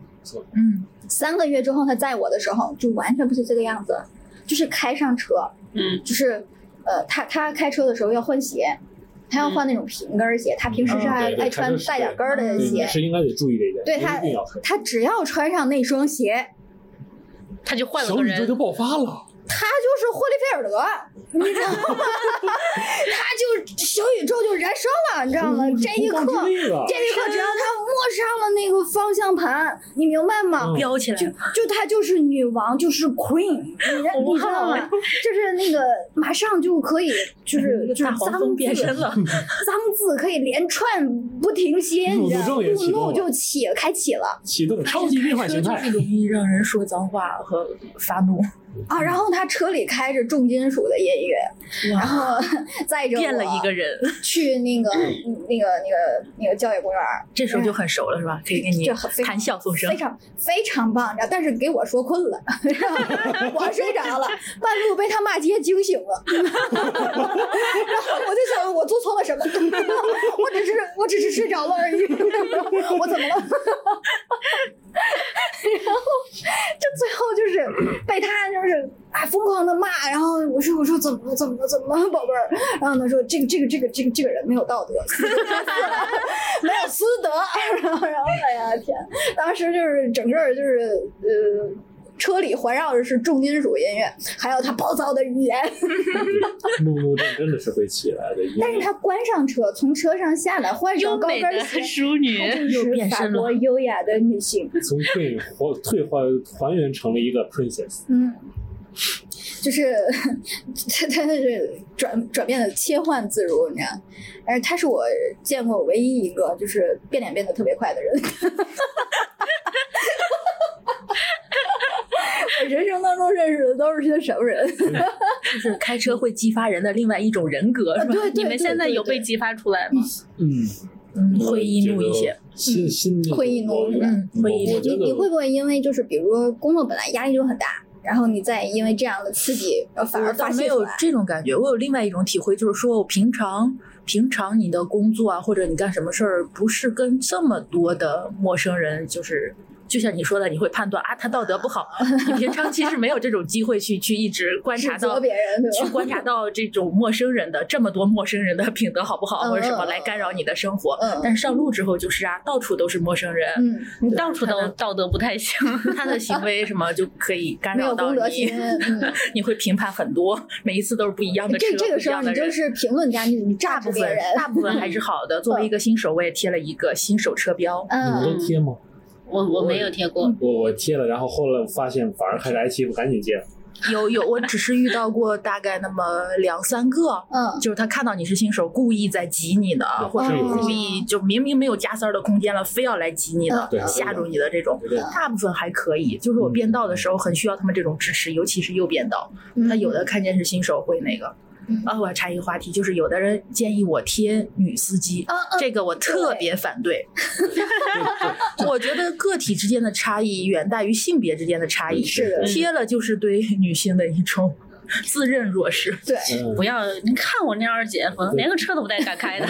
，3个月之后他载我的时候就完全不是这个样子，就是开上车，就是他开车的时候要换鞋。他要换那种平跟鞋，他平时是爱穿带点跟的鞋， 是应该得注意这一点。 对他只要穿上那双鞋， 他就换了个人， 小宇宙就爆发了。 他就是霍利菲尔德，你知道吗？他就小宇宙就燃烧了，你知道吗？这一刻只要他摸上了那个方向盘，你明白吗？ 飙起来， 就他就是女王，就是 queen， 你知道吗？就是那个马上就可以，就是脏字变身了， 脏字可以连串不停歇，你知道吗？怒怒就开启了， 启动超级变换形态， 就是容易让人说脏话和发怒。 啊，然后他车里开着重金属的音乐，然后载着我变了一个人去那个郊野公园， 这时候就很熟了是吧？可以跟你谈笑风生， 非常非常棒，但是给我说困了，我睡着了，半路被他骂街惊醒了，然后我就想我做错了什么，我只是睡着了而已，我怎么了？然后这最后就是被他就是疯狂的骂，然后我说怎么了宝贝儿，然后他说这个人没有道德，没有私德，然后哎呀天，当时就是整个就是车里环绕的是重金属音乐，还有他暴躁的语言。 怒怒症真的是会起来的。 但是他关上车，从车上下来，换上高跟鞋， 淑女又变身了，法国优雅的女性， 从退还原成了一个 princess。 就是他是转变的切换自如，你知道，而他是我见过唯一一个就是变脸变得特别快的人。我人生当中认识的都是些什么人？ 就是开车会激发人的另外一种人格，是吧？ 对， 你们现在有被激发出来吗？ 会易怒一些， 会易怒， 会易怒。 你会不会因为就是比如说工作本来压力就很大，然后你再因为这样的刺激，反而发泄出来？ 没有这种感觉，我有另外一种体会，就是说我平常你的工作啊，或者你干什么事儿，不是跟这么多的陌生人，就像你说的，你会判断他道德不好。你平常其实没有这种机会去一直观察到别人， 去观察到这种陌生人的这么多陌生人的品德好不好，或者什么来干扰你的生活。但是上路之后就是到处都是陌生人， 你到处都道德不太行， 他的行为什么就可以干扰到你，你会评判很多，每一次都是不一样的车。 这个时候你就是评论家，你炸不别人， 大部分还是好的。作为一个新手，我也贴了一个新手车标。 你们都贴吗？ 我没有贴过， 我贴了，然后后来发现反而开始挨欺负，赶紧接。 有，我只是遇到过大概那么2-3个，就是他看到你是新手，故意在挤你的，或者故意就明明没有加塞的空间了，非要来挤你的，吓住你的这种，大部分还可以。就是我变道的时候很需要他们这种支持，尤其是右变道，他有的看见是新手会那个。我要插一个话题，就是有的人建议我贴女司机，这个我特别反对。我觉得个体之间的差异远大于性别之间的差异，贴了就是对女性的一种自认弱势。 对， 不要你看我那二姐夫连个车都不带敢开的。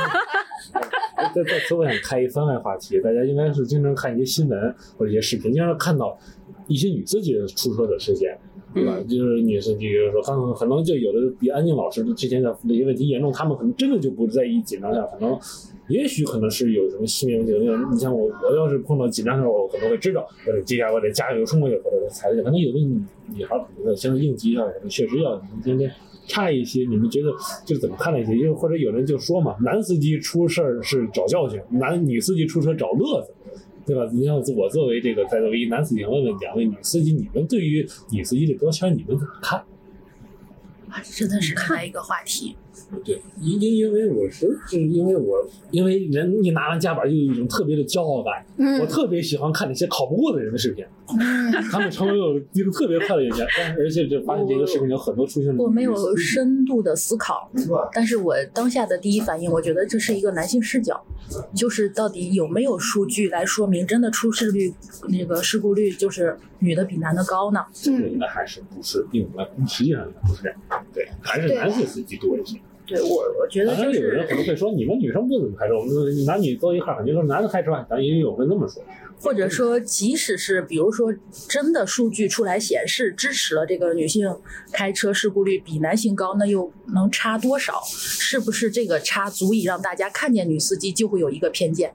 在此我想开一番外话题，大家应该是经常看一些新闻或者一些视频，经常看到一些女司机的出车的事件。对吧？就是女司机，比如说，可能就有的比安静老师之前的一些问题严重，他们可能真的就不在意紧张下，可能也许可能是有什么心理问题。你像我要是碰到紧张的时候，我可能会知道，接下来我得加油冲过去，或者踩下去。可能有的女孩可能现在应急啊，可能确实要今天差一些。你们觉得就是怎么看那些？因为或者有人就说嘛，男司机出事儿是找教训，女司机出车找乐子。对吧？你像我作为作为一男司机，问两位女司机，你们对于女司机的标签，你们怎么看？ 真的是另外一个话题。 对，因为我是因为人一拿完夹板就有一种特别的骄傲感。我特别喜欢看那些考不过的人的视频，他们成为了一个特别快的演员。而且就发现这个视频有很多出现。 我没有深度的思考，但是我当下的第一反应，我觉得这是一个男性视角，就是到底有没有数据来说明真的出事率那个事故率就是女的比男的高呢？ 应该还是不是，实际上不是这样，对，还是男性司机多一些。 对，我觉得就是有人可能会说，你们女生不怎么开车，我们男女都一块，肯定说男的开车，咱也有人这么说。 或者说，即使是比如说真的数据出来显示支持了这个女性开车事故率比男性高，那又能差多少？是不是这个差足以让大家看见女司机就会有一个偏见？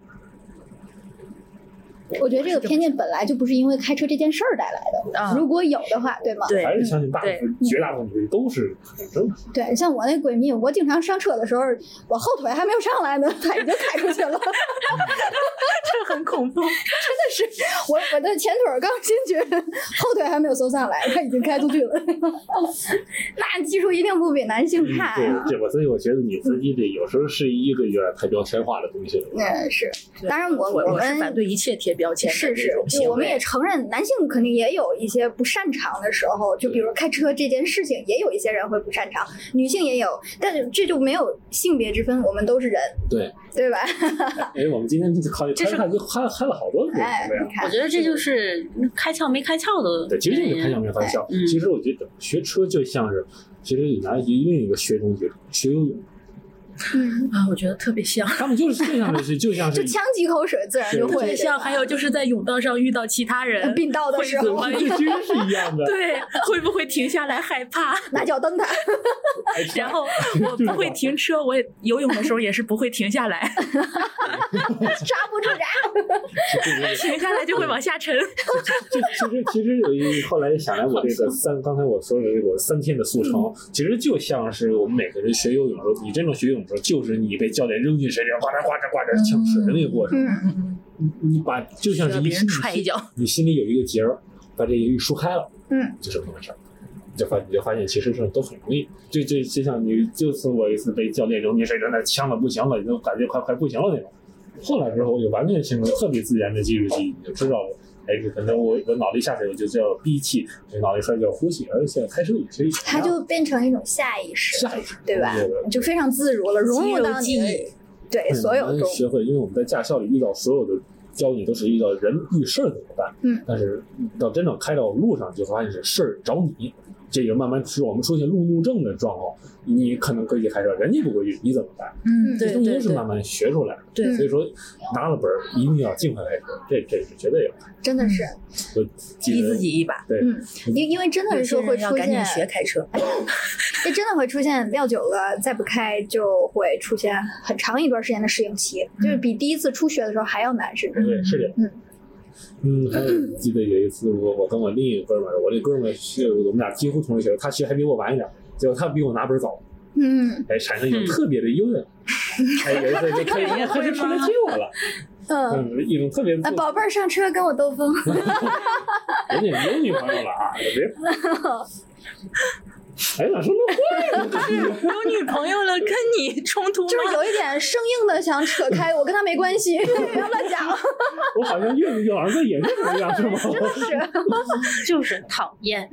我觉得这个偏见本来就不是因为开车这件事儿带来的，如果有的话，对吗？ 对，还是相信绝大部分都是很正常。 对，像我那闺蜜，我经常上车的时候，我后腿还没有上来呢，她已经开出去了， 这很恐怖。真的是，我的前腿刚进去，后腿还没有搜上来，她已经开出去了。那技术一定不比男性差啊。对，所以我觉得女司机这有时候是一个有点太标签化的东西了。 是，当然我是反对一切贴标签的是我们也承认男性肯定也有一些不擅长的时候，就比如开车这件事情，也有一些人会不擅长，女性也有，但是这就没有性别之分，我们都是人，对吧？ 我们今天就开就嗨了好多个。 我觉得这就是开窍没开窍的。 对，其实就是开窍没开窍。其实我觉得学车就像是，其实拿另一个学东西，学游泳。 我觉得特别像， 他们就像是就呛几口水自然就会像。还有就是在甬道上遇到其他人并道的时候， 这其实是一样的。 对，会不会停下来害怕？ 拿脚蹬他。 然后我不会停车，我也游泳的时候也是不会停下来， 刹不住闸， 停下来就会往下沉。 其实后来想来，我这个刚才我说的这个3天的速成，其实就像是我们每个人学游泳的时候，你真正学游泳的时候，就是你被教练扔进水里，呱嗒呛水的那个过程。你把就像是别人踹一脚， 你心里有一个结儿，把这个一梳开了，就是这么回事儿。你就发现其实这都很容易。就像你就是我一次被教练扔进水里，那呛的不行了，你都感觉快不行了那种。后来之后，我就完全形成特别自然的技术记忆，你就知道了。可能我脑力下水，我就叫闭气；脑力出来叫呼吸。而且开车也是， 它就变成一种下意识，对吧？就非常自如了，融入到你对所有中。 学会，因为我们在驾校里遇到所有的教你都是遇到人遇事怎么办，但是到真正开到路上，就发现是事儿找你。这个慢慢使我们出现路怒症的状况，你可能可以开车，人家不规矩，你怎么办？这东西都是慢慢学出来的。 对， 所以说拿了本一定要尽快开车，这是绝对有。 真的是， 逼自己一把。 对， 因为真的是说会出现， 赶紧学开车。 这真的会出现撂久了再不开，就会出现很长一段时间的适应期，就是比第一次初学的时候还要难，甚至。 对，是的。还有记得有一次我跟我另一个哥们儿，我这哥们儿我们俩几乎同学，他其实还比我晚一点，结果他比我拿本早，产生一种特别的优越感。有一次就可以出来接我了，一种特别宝贝儿上车跟我兜风。 人家有女朋友了啊，别。咋说那话？ 有女朋友了，跟你冲突吗？ 就是有一点生硬的想扯开，我跟他没关系，不要乱讲。 我好像越儿子也是这样，是吗？ 就是讨厌。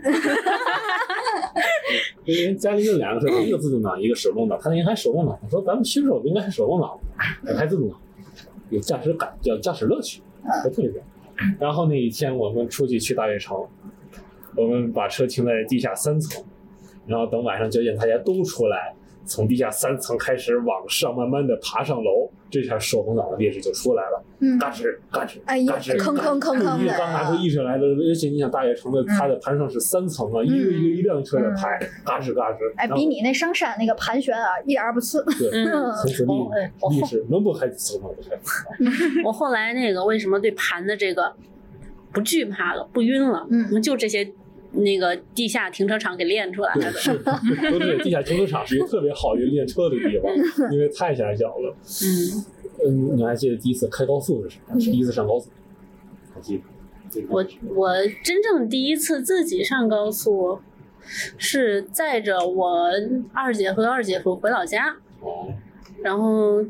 因为家里有2个车，一个自动挡，一个手动挡。他那天还手动挡，我说咱们新手应该是手动挡，还自动挡，有驾驶感，叫驾驶乐趣，特别棒。然后那一天我们出去大悦城，我们把车停在地下3层。然后等晚上9点大家都出来，从地下3层开始往上慢慢的爬上楼，这下手动挡的劣势就出来了。嘎吱， 坑的。 刚拿出意识来的，而且你想大悦城的它的盘上是3层啊，一辆车的排，嘎吱。 比你那上山那个盘旋啊，一点不次。 对，从此历史能不开手动挡不开。 我后来为什么对盘的这个不惧怕了，不晕了？就这些。那个地下停车场给练出来的， 都是地下停车场是一个特别好的练车的地方，因为太狭小了。你还记得第一次开高速是什么？第一次上高速，还记得？ 我真正第一次自己上高速，是载着我二姐和二姐夫回老家。然后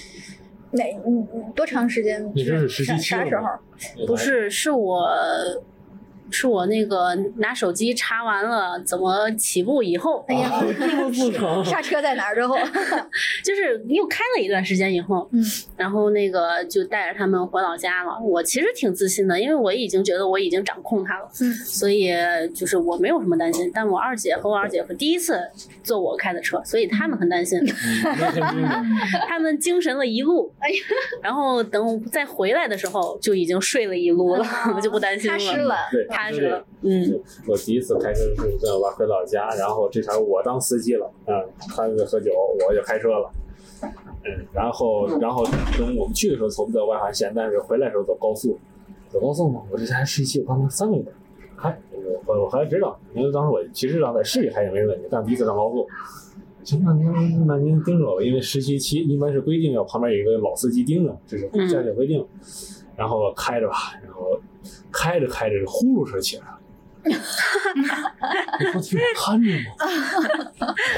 多长时间？ 你这是实习期啥时候？ 不是，是我那个拿手机查完了怎么起步以后， 哎呀， 这么不成？ 刹车在哪儿之后， 就是又开了一段时间以后，然后就带着他们回老家了。我其实挺自信的，因为我已经觉得我已经掌控它了，所以就是我没有什么担心。但我二姐和我二姐夫第一次坐我开的车，所以他们很担心，他们精神了一路，然后等再回来的时候就已经睡了一路了，我就不担心了。 踏实了。 踏实了。 我第一次开车是在我回老家，然后这茬我当司机了，他在喝酒，我就开车了。然后等我们去的时候从外环线，但是回来的时候走高速嘛，我这还实习我刚刚3个月，我还知道，因为当时我其实在市里开也没问题，但第一次上高速，行，那您盯着我，因为实习期一般是规定要旁边有一个老司机盯着，这是驾校规定。然后我开着吧，然后开着呼噜声起来了。我听我看着吗？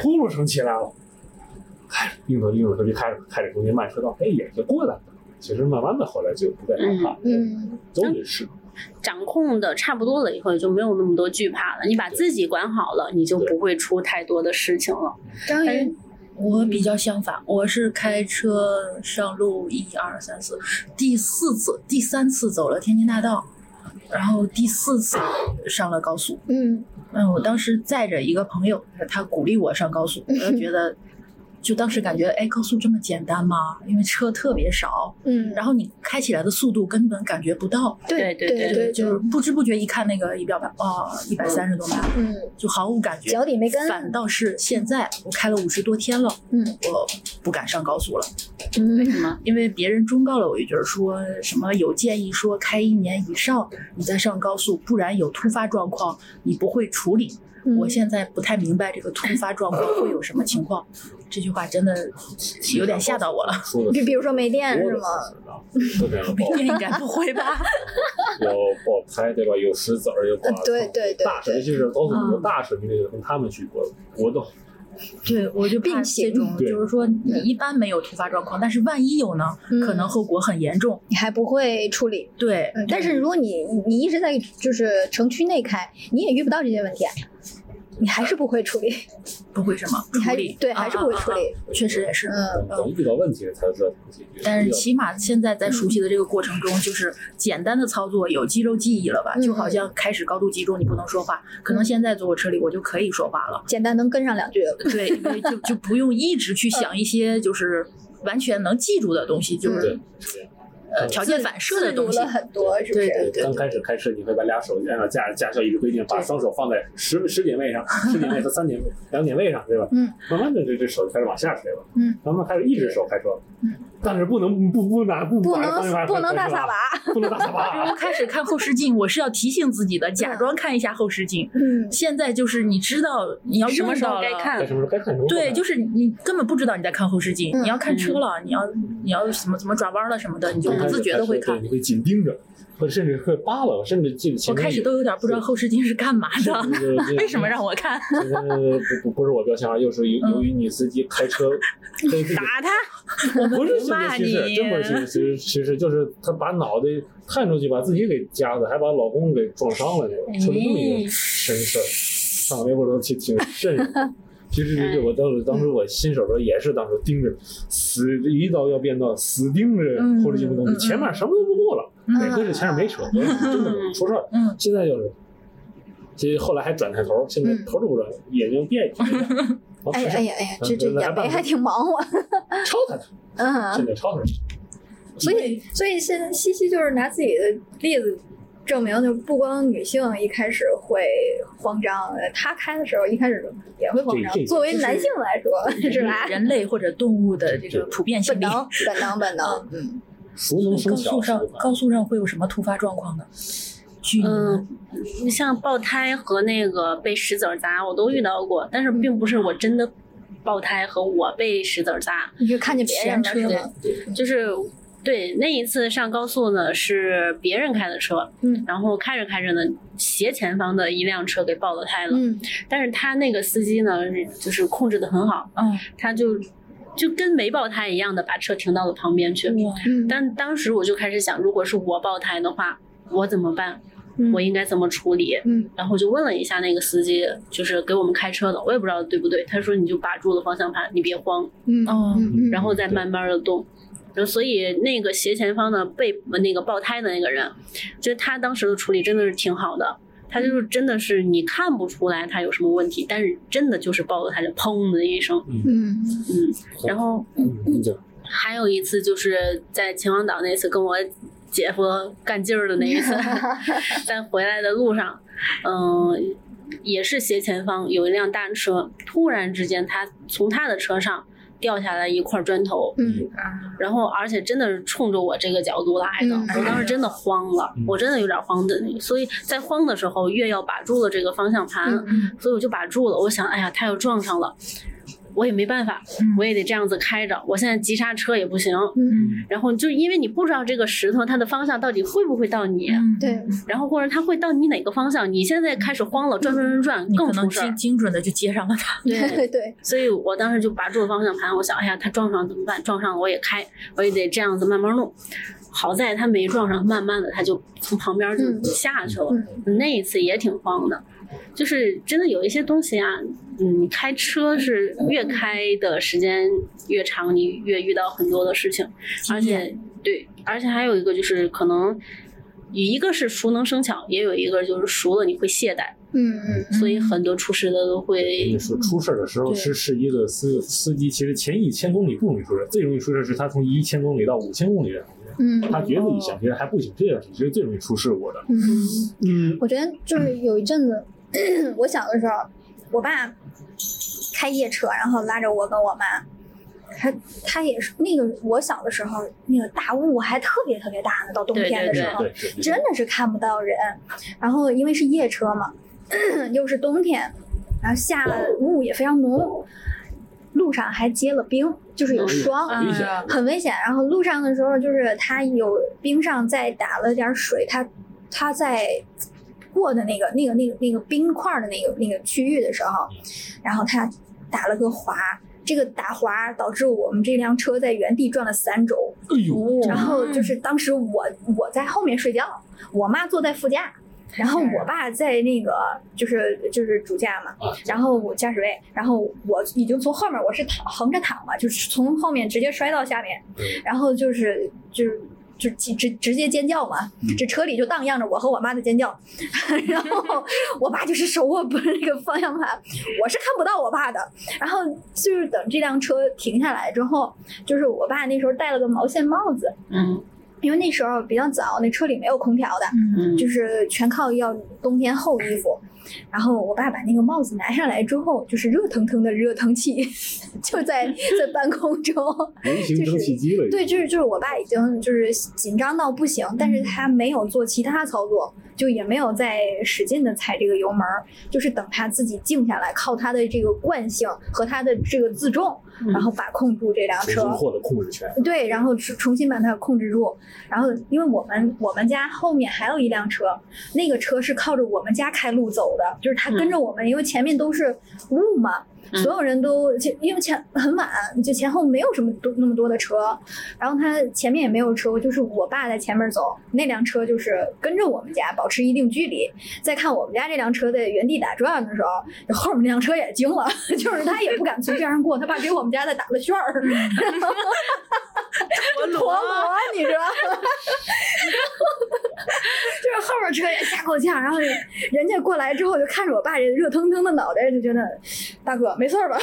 呼噜声起来了，硬着头皮开着中间慢车道，也就过来了。其实慢慢的后来就不再害怕，都得试。 掌控的差不多了以后，就没有那么多惧怕了。你把自己管好了，你就不会出太多的事情了。 张云， 我比较相反，我是开车上路1、2、3、4，第3次走了天津大道，然后第4次上了高速。我当时载着一个朋友，他鼓励我上高速，我就觉得。就当时感觉，高速这么简单吗？因为车特别少，然后你开起来的速度根本感觉不到。 对， 就是不知不觉一看那个仪表板，130多迈，就毫无感觉， 脚底没跟。 反倒是现在我开了50多天了，我不敢上高速了。 为什么？ 因为别人忠告了我一句，说什么有建议说开1年以上你再上高速，不然有突发状况你不会处理。我现在不太明白这个突发状况会有什么情况，这句话真的有点吓到我了。 比如说没电是吗？ 没电应该不会吧？ 有爆胎对吧？有石子儿，有刮对， 大石，尤其是高速公路大石，你得跟他们去搏斗。 对，我就怕这种，就是说你一般没有突发状况，但是万一有呢，可能后果很严重， 你还不会处理。 对， 但是如果你一直在就是城区内开，你也遇不到这些问题。你还是不会处理， 不会什么处理？ 对，还是不会处理。 确实也是， 等遇到问题才知道怎么解决。 但是起码现在在熟悉的这个过程中，就是简单的操作有肌肉记忆了吧？就好像开始高度集中，你不能说话，可能现在坐我车里我就可以说话了， 简单能跟上2句。 对，因为就不用一直去想一些就是完全能记住的东西，就是条件反射的东西了很多，是不是？ 对。 刚开始开车，你会把俩手按照驾校一直规定，把双手放在10点位上，10点位和3点位、2点位上，对吧？慢慢的这手就开始往下垂了，慢慢开始一只手开车，但是不能大撒把， 不能大撒把。 比如开始看后视镜，我是要提醒自己的，假装看一下后视镜。现在就是你知道你要什么时候该看， 什么时候该看。 对，就是你根本不知道你在看后视镜，你要看车了，你要怎么转弯了什么的，你就不自觉的会看， 你会紧盯着。或者甚至会扒了，甚至这个前面我开始都有点不知道后视镜是干嘛的，为什么让我看？ 不是我标签啊，又是由于你司机开车打他， 我不是性别歧视，真不是性别歧视，就是他把脑袋探出去，把自己给夹的，还把老公给撞伤了，出了这么一个身事，上微博都挺瘆人。其实这个我当时我新手的时候也是当时盯着，一到要变道死盯着后视镜不动，前面什么都不顾了，得亏是前面没车，真的出事儿。现在就是，其实后来还转抬头，现在头都不转，眼睛变。 哎呀，这眼眉还挺忙活。 超他，现在超他。 所以现在西西就是拿自己的例子。证明就不光女性一开始会慌张，她开的时候一开始也会慌张。作为男性来说，是吧？ 人类或者动物的这个普遍心理， 本能。 高速上会有什么突发状况呢？ 你像爆胎和那个被石子砸，我都遇到过，但是并不是我真的爆胎和我被石子砸， 你就看见别人车吗？就是。对，那一次上高速呢是别人开的车，然后开着开着呢，斜前方的一辆车给爆了胎了，但是他那个司机呢就是控制得很好，他就跟没爆胎一样的把车停到了旁边去，但当时我就开始想，如果是我爆胎的话，我怎么办？我应该怎么处理？然后就问了一下那个司机，就是给我们开车的，我也不知道对不对，他说你就把住了方向盘，你别慌，然后再慢慢的动。所以那个斜前方的被那个爆胎的那个人，就他当时的处理真的是挺好的，他就是真的是你看不出来他有什么问题，但是真的就是爆了他就砰的一声，然后还有一次就是在秦皇岛那次跟我姐夫干劲儿的那一次，在回来的路上，也是斜前方有一辆大车，突然之间他从他的车上掉下来一块砖头，然后而且真的是冲着我这个角度来的，我当时真的慌了，我真的有点慌的，所以在慌的时候越要把住了这个方向盘，所以我就把住了，我想哎呀他要撞上了， 我也没办法，我也得这样子开着。我现在急刹车也不行，然后就因为你不知道这个石头它的方向到底会不会到你， 对， 然后或者它会到你哪个方向，你现在开始慌了，转更出事儿， 你可能精准的就接上了它。 对， 所以我当时就拔住了方向盘，我想，哎呀，它撞上怎么办？撞上了我也开，我也得这样子慢慢弄。好在它没撞上，慢慢的它就从旁边就下去了。那一次也挺慌的。就是真的有一些东西啊，开车是越开的时间越长，你越遇到很多的事情，而且还有一个就是可能一个是熟能生巧，也有一个就是熟了你会懈怠。所以很多出事的都会。 你说出事的时候是一个司机，其实前1000公里不容易出事，最容易出事是他从1000公里到5000公里的。他觉得一下觉得还不行，这个是其实最容易出事故的。 我觉得就是有一阵子，我小的时候，我爸开夜车，然后拉着我跟我妈，他也是那个我小的时候，那个大雾还特别特别大呢，到冬天的时候，真的是看不到人。然后因为是夜车嘛，又是冬天，然后下雾也非常浓。路上还结了冰，就是有霜，很危险。然后路上的时候，就是它有冰上再打了点水，它在过的那个冰块的那个区域的时候，然后它打了个滑。这个打滑导致我们这辆车在原地转了3周。然后就是当时我在后面睡觉，我妈坐在副驾。然后我爸在那个就是主驾嘛，然后我驾驶位，然后我已经从后面，我是横着躺嘛，就是从后面直接摔到下面，然后就直接尖叫嘛，这车里就荡漾着我和我妈的尖叫，然后我爸就是手握不是那个方向盘，我是看不到我爸的，然后就是等这辆车停下来之后，就是我爸那时候戴了个毛线帽子，因为那时候比较早，那车里没有空调的，就是全靠要冬天厚衣服。然后我爸把那个帽子拿下来之后，就是热腾腾的热腾气就在半空中， 人形蒸汽机了。 对，就是我爸已经就是紧张到不行，但是他没有做其他操作，就也没有再使劲的踩这个油门，就是等他自己静下来，靠他的这个惯性和他的这个自重，然后把控住这辆车， 重新获得控制权。 对，然后重新把它控制住。然后因为我们家后面还有一辆车，那个车是靠着我们家开路走的，就是他跟着我们，因为前面都是雾嘛。所有人都因为很晚，就前后没有什么那么多的车，然后他前面也没有车，就是我爸在前面走，那辆车就是跟着我们家保持一定距离。再看我们家这辆车在原地打转的时候，后面那辆车也惊了，就是他也不敢从边上过，他怕给我们家再打了旋儿。陀螺，你知道吗？就是后面车也吓够呛，然后人家过来之后就看着我爸这热腾腾的脑袋，就觉得大哥没事吧？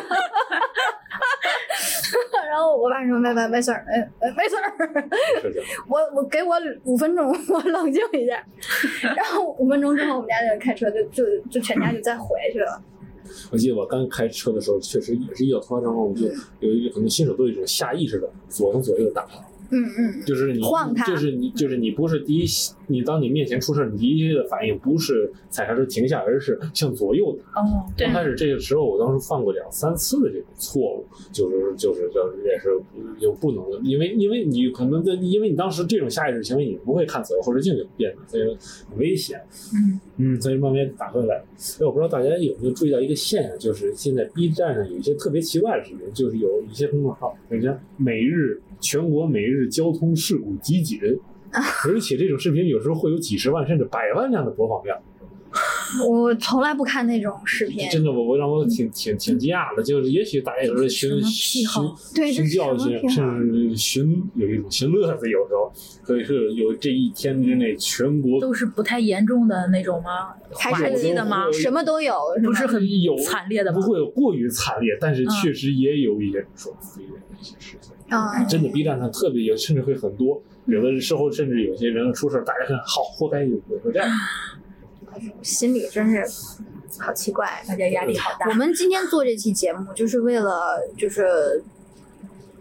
然后我爸说没事儿，没事儿。我给我5分钟，我冷静一下。然后5分钟之后，我们家人开车就全家就再回去了。 我记得我刚开车的时候，确实也是一个夸张，我就有一个可能新手都有一种下意识的左右打。就是你晃它， 就是你不是你当你面前出事，你第一的反应不是踩刹车停下，而是向左右打。刚开始这个时候，我当时犯过2、3次的这种错误，就是也是有不能的，因为你可能因为你当时这种下意识行为，你不会看左右后视镜就变得所以很危险。所以慢慢打回来。我不知道大家有没有注意到一个现象，就是现在 B 站上有一些特别奇怪的视频，就是有一些公众号，人家全国每日交通事故集锦，而且这种视频有时候会有几十万甚至100万量的播放量。 我从来不看那种视频， 真的，我让我挺惊讶的，就是也许大家有时候寻教训，甚至有一种寻乐子，有时候可以是有这一天之内全国都是不太严重的那种吗？ 还是记得吗？ 什么都有， 不是很惨烈的吗？ 不会有过于惨烈，但是确实也有一些说不非的一些事情。真的 B 站上特别有，甚至会很多，有的时候甚至有些人出事，大家很好，活该有这样。 心里真是好奇怪， 大家压力好大。 我们今天做这期节目，就是为了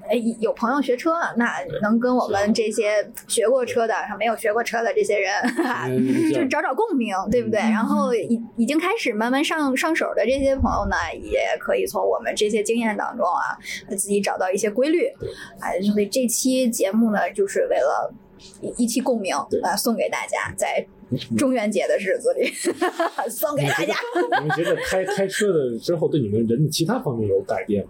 有朋友学车，那能跟我们这些学过车的、没有学过车的这些人，就是找找共鸣，对不对？然后已经开始慢慢上手的这些朋友呢，也可以从我们这些经验当中啊，自己找到一些规律。所以这期节目呢，就是为了一期共鸣送给大家，在中元节的日子里送给大家。 你们觉得开车的之后对你们人的其他方面有改变吗？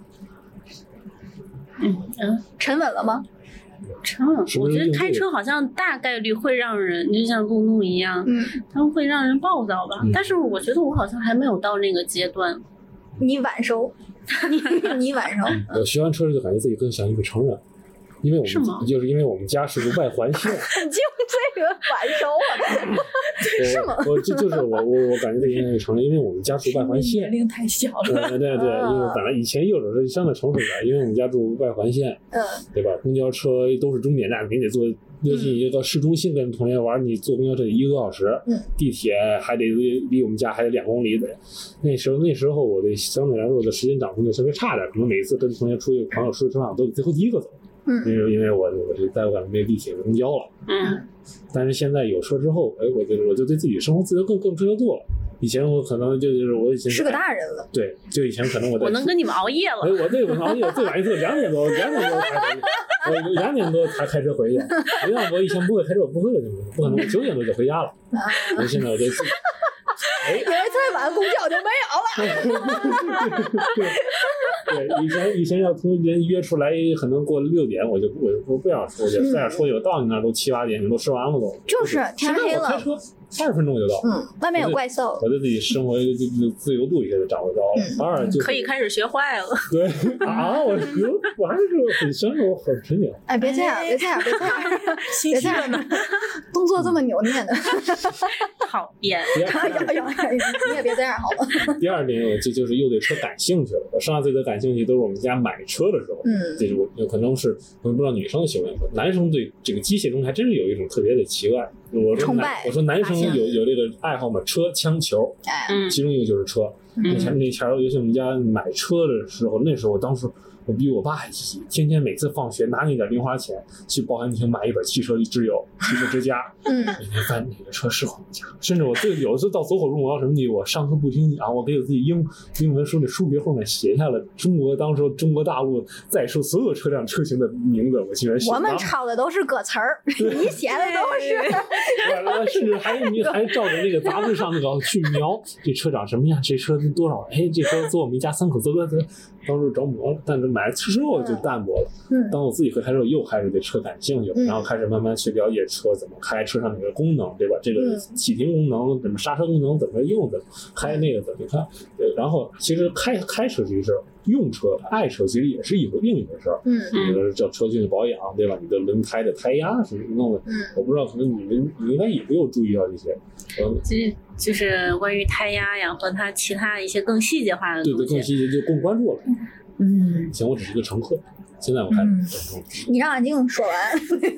沉稳了吗？ 沉稳，我觉得开车好像大概率会让人，就像路怒一样，它会让人暴躁吧。但是我觉得我好像还没有到那个阶段。 你晚熟，你晚熟。 我学完车就感觉自己更像一个成人。因为我们就是因为我们家是个外环线， 就这个晚熟啊，是吗？ 就是我感觉这应该是成人，因为我们家住外环线， 年龄太小了。 对，因为本来以前幼儿是相对成熟的，因为我们家住外环线，对吧？公交车都是终点站，你得坐，尤其你到市中心跟同学玩，你坐公交车得1个多小时，地铁还得离我们家还得2公里的。那时候我的相对来说的时间掌控就稍微差点，可能每次跟同学朋友出去吃饭都最后第一个走。因为我就在我感觉没地铁公交了，但是现在有车之后，我就对自己生活自由更追求多了。以前我可能就是我以前是个大人了， 对，就以前可能我能跟你们熬夜了， 我熬夜最晚一次2点多才回去，我2点多才开车回去。因为我以前不会开车，我不会的，不可能9点多就回家了。我现在我就。 因为再晚公交就没有了。 对，以前要同人约出来，可能过6点，我不想出去，再出去我到你那都7、8点，你都吃完了都。 就是天黑了。 开车20分钟就到。 外面有怪兽。 我对自己生活就自由度一些就掌握到了。就可以开始学坏了。 对我还是很享受，很沉静。 哎，别这样，别这样，呢，动作这么扭捏的， 讨厌。 你也别这样好了。 第二点，我就是又对车感兴趣了。我上次对感兴趣都是我们家买车的时候，这我有可能是我不知道女生的习惯，男生对这个机械东西还真是有一种特别的奇怪。我说男生有这个爱好嘛，车、枪、球，其中一个就是车。那前尤其我们家买车的时候，那时候当时我比我爸天天每次放学拿那点零花钱去报刊亭买一本汽车之友、汽车之家，每天翻哪个车适合我们家。甚至我有一次到走火入魔什么的，我上课不听讲，我给我自己英文书的书别后面写下了当时中国大陆在售所有车辆车型的名字，我居然写。 我们抄的都是歌词儿，你写的都是。 甚至还照着那个杂志上那个去描这车长什么样，这车多少？这车坐我们一家3口坐，当时着魔了。但是买了车之后就淡薄了。当我自己会开车，又开始对车感兴趣，然后开始慢慢去了解车怎么开，车上哪个功能，对吧？这个启停功能怎么，刹车功能怎么用，怎么开那个怎么看。对，然后其实开车这个事儿，用车爱车其实也是另一回事儿。比如叫车镜保养，对吧？你的轮胎的胎压什么弄的，我不知道，可能你应该也没有注意到这些。 就是关于胎压呀和它其他一些更细节化的东西， 对，更细节就更关注了。以前我只是一个乘客，现在我开始。 你让安静说完。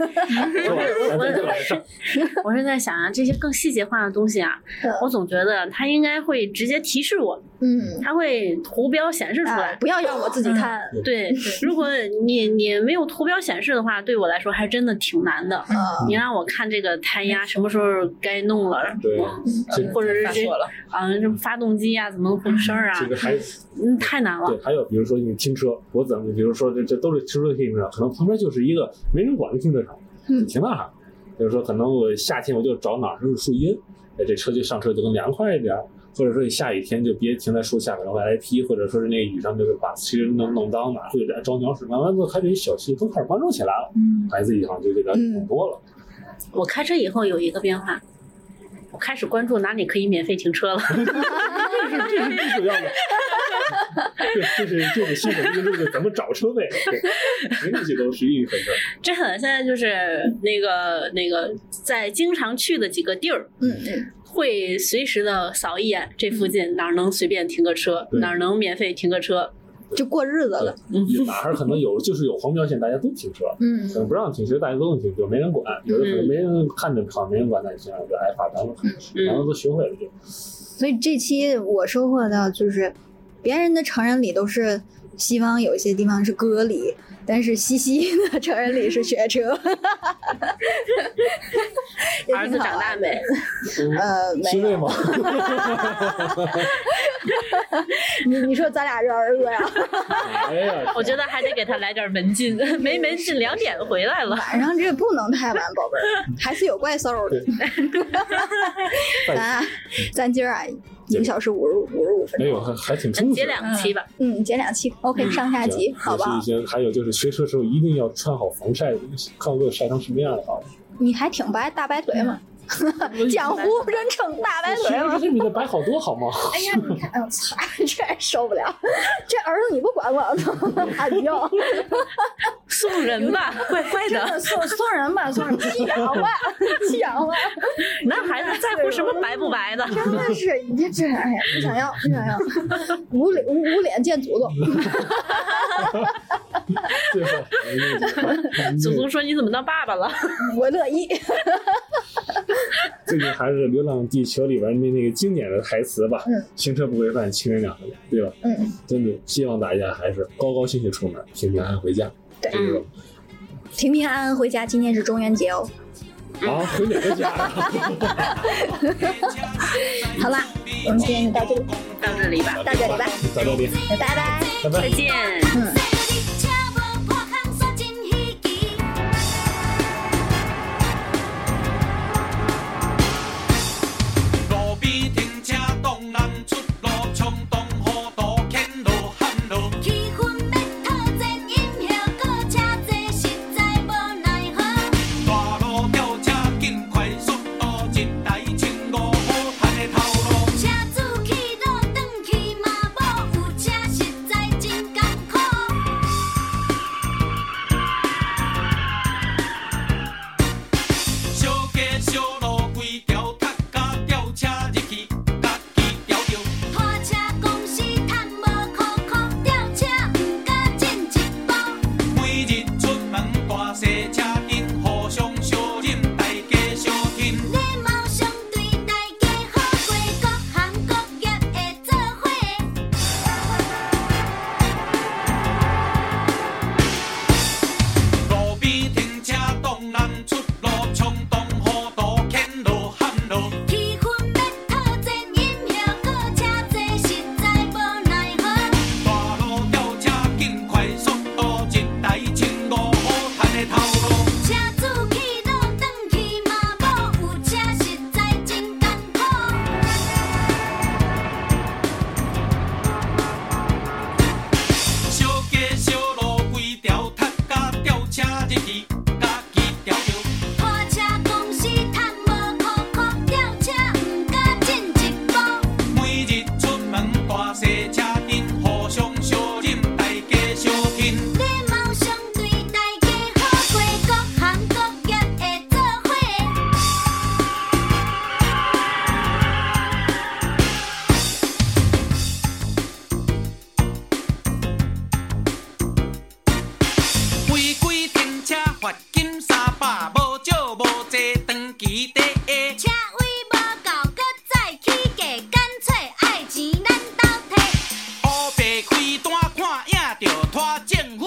我是在想啊，这些更细节化的东西啊，我总觉得它应该会直接提示我，它会图标显示出来， 不要让我自己看。 对，如果你没有图标显示的话，对我来说还真的挺难的。你让我看这个胎压什么时候该弄了， 对， 或者是这发动机啊怎么回事啊， 这个还太难了。 对，还有比如说你停车，我怎么比如说这都是停车停车场，可能旁边就是一个没人管的停车场，停那哈。比如说可能我夏天我就找哪儿是树荫，这车就上车就更凉快一点。或者说你下雨天就别停在树下，可能外来劈，或者说是那个雨上就是把其实弄脏哪会有点招鸟屎，慢慢的开始小区都开始关注起来了，孩子好像就这点挺多了。 我开车以后有一个变化，我开始关注哪里可以免费停车了。 这是最主要的。这是新手这个路子怎么找车位，这些都是一回事。 真的，现在就是那个在经常去的几个地儿，会随时的扫一眼这附近哪儿能随便停个车，哪儿能免费停个车。 就过日子了。 哪儿可能就是有黄标线，大家都停车，可能不让停车，大家都能停车，没人管。有的可能没人看着跑，没人管，那行就挨罚单了。然后都学会了就。 所以这期我收获到就是，别人的成人礼都是西方有些地方是歌里，但是西的成人礼是学车。 儿子长大没？ 是对吗？ 你说咱俩是儿子呀？ 哎呀， 我觉得还得给他来点门禁，没门禁2点回来了。 晚上这不能太晚，宝贝儿，还是有怪兽的。咱今儿啊，1个小时55分钟。 哎呦，还挺充实。 截2期吧。 截2期 ，OK， 上下集，好不好？ 还有就是学车时候一定要穿好防晒的东西，看我晒成什么样好。 你还挺白，大白腿嘛。江湖人称大白腿嘛， 这比他白好多好吗？ 哎呀，你看，操，这受不了，这儿子你不管管呢？哎呦， 送人吧，怪怪的， 送人吧，送人寄养吧， 那孩子在乎什么白不白的？ 真的是，你这哎呀，不想要，无脸见祖宗。 祖宗说你怎么当爸爸了？ 我乐意。 最近还是《流浪地球》里边那个经典的台词吧，行车不规范，亲人2个人，对吧？真的希望大家还是高高兴兴出门，平平安安回家。 对，平平安安回家。今天是中元节哦。 啊，回哪个家呀？ 好啦，我们今天就到这里吧。 到这里， 拜拜， 再见。 政府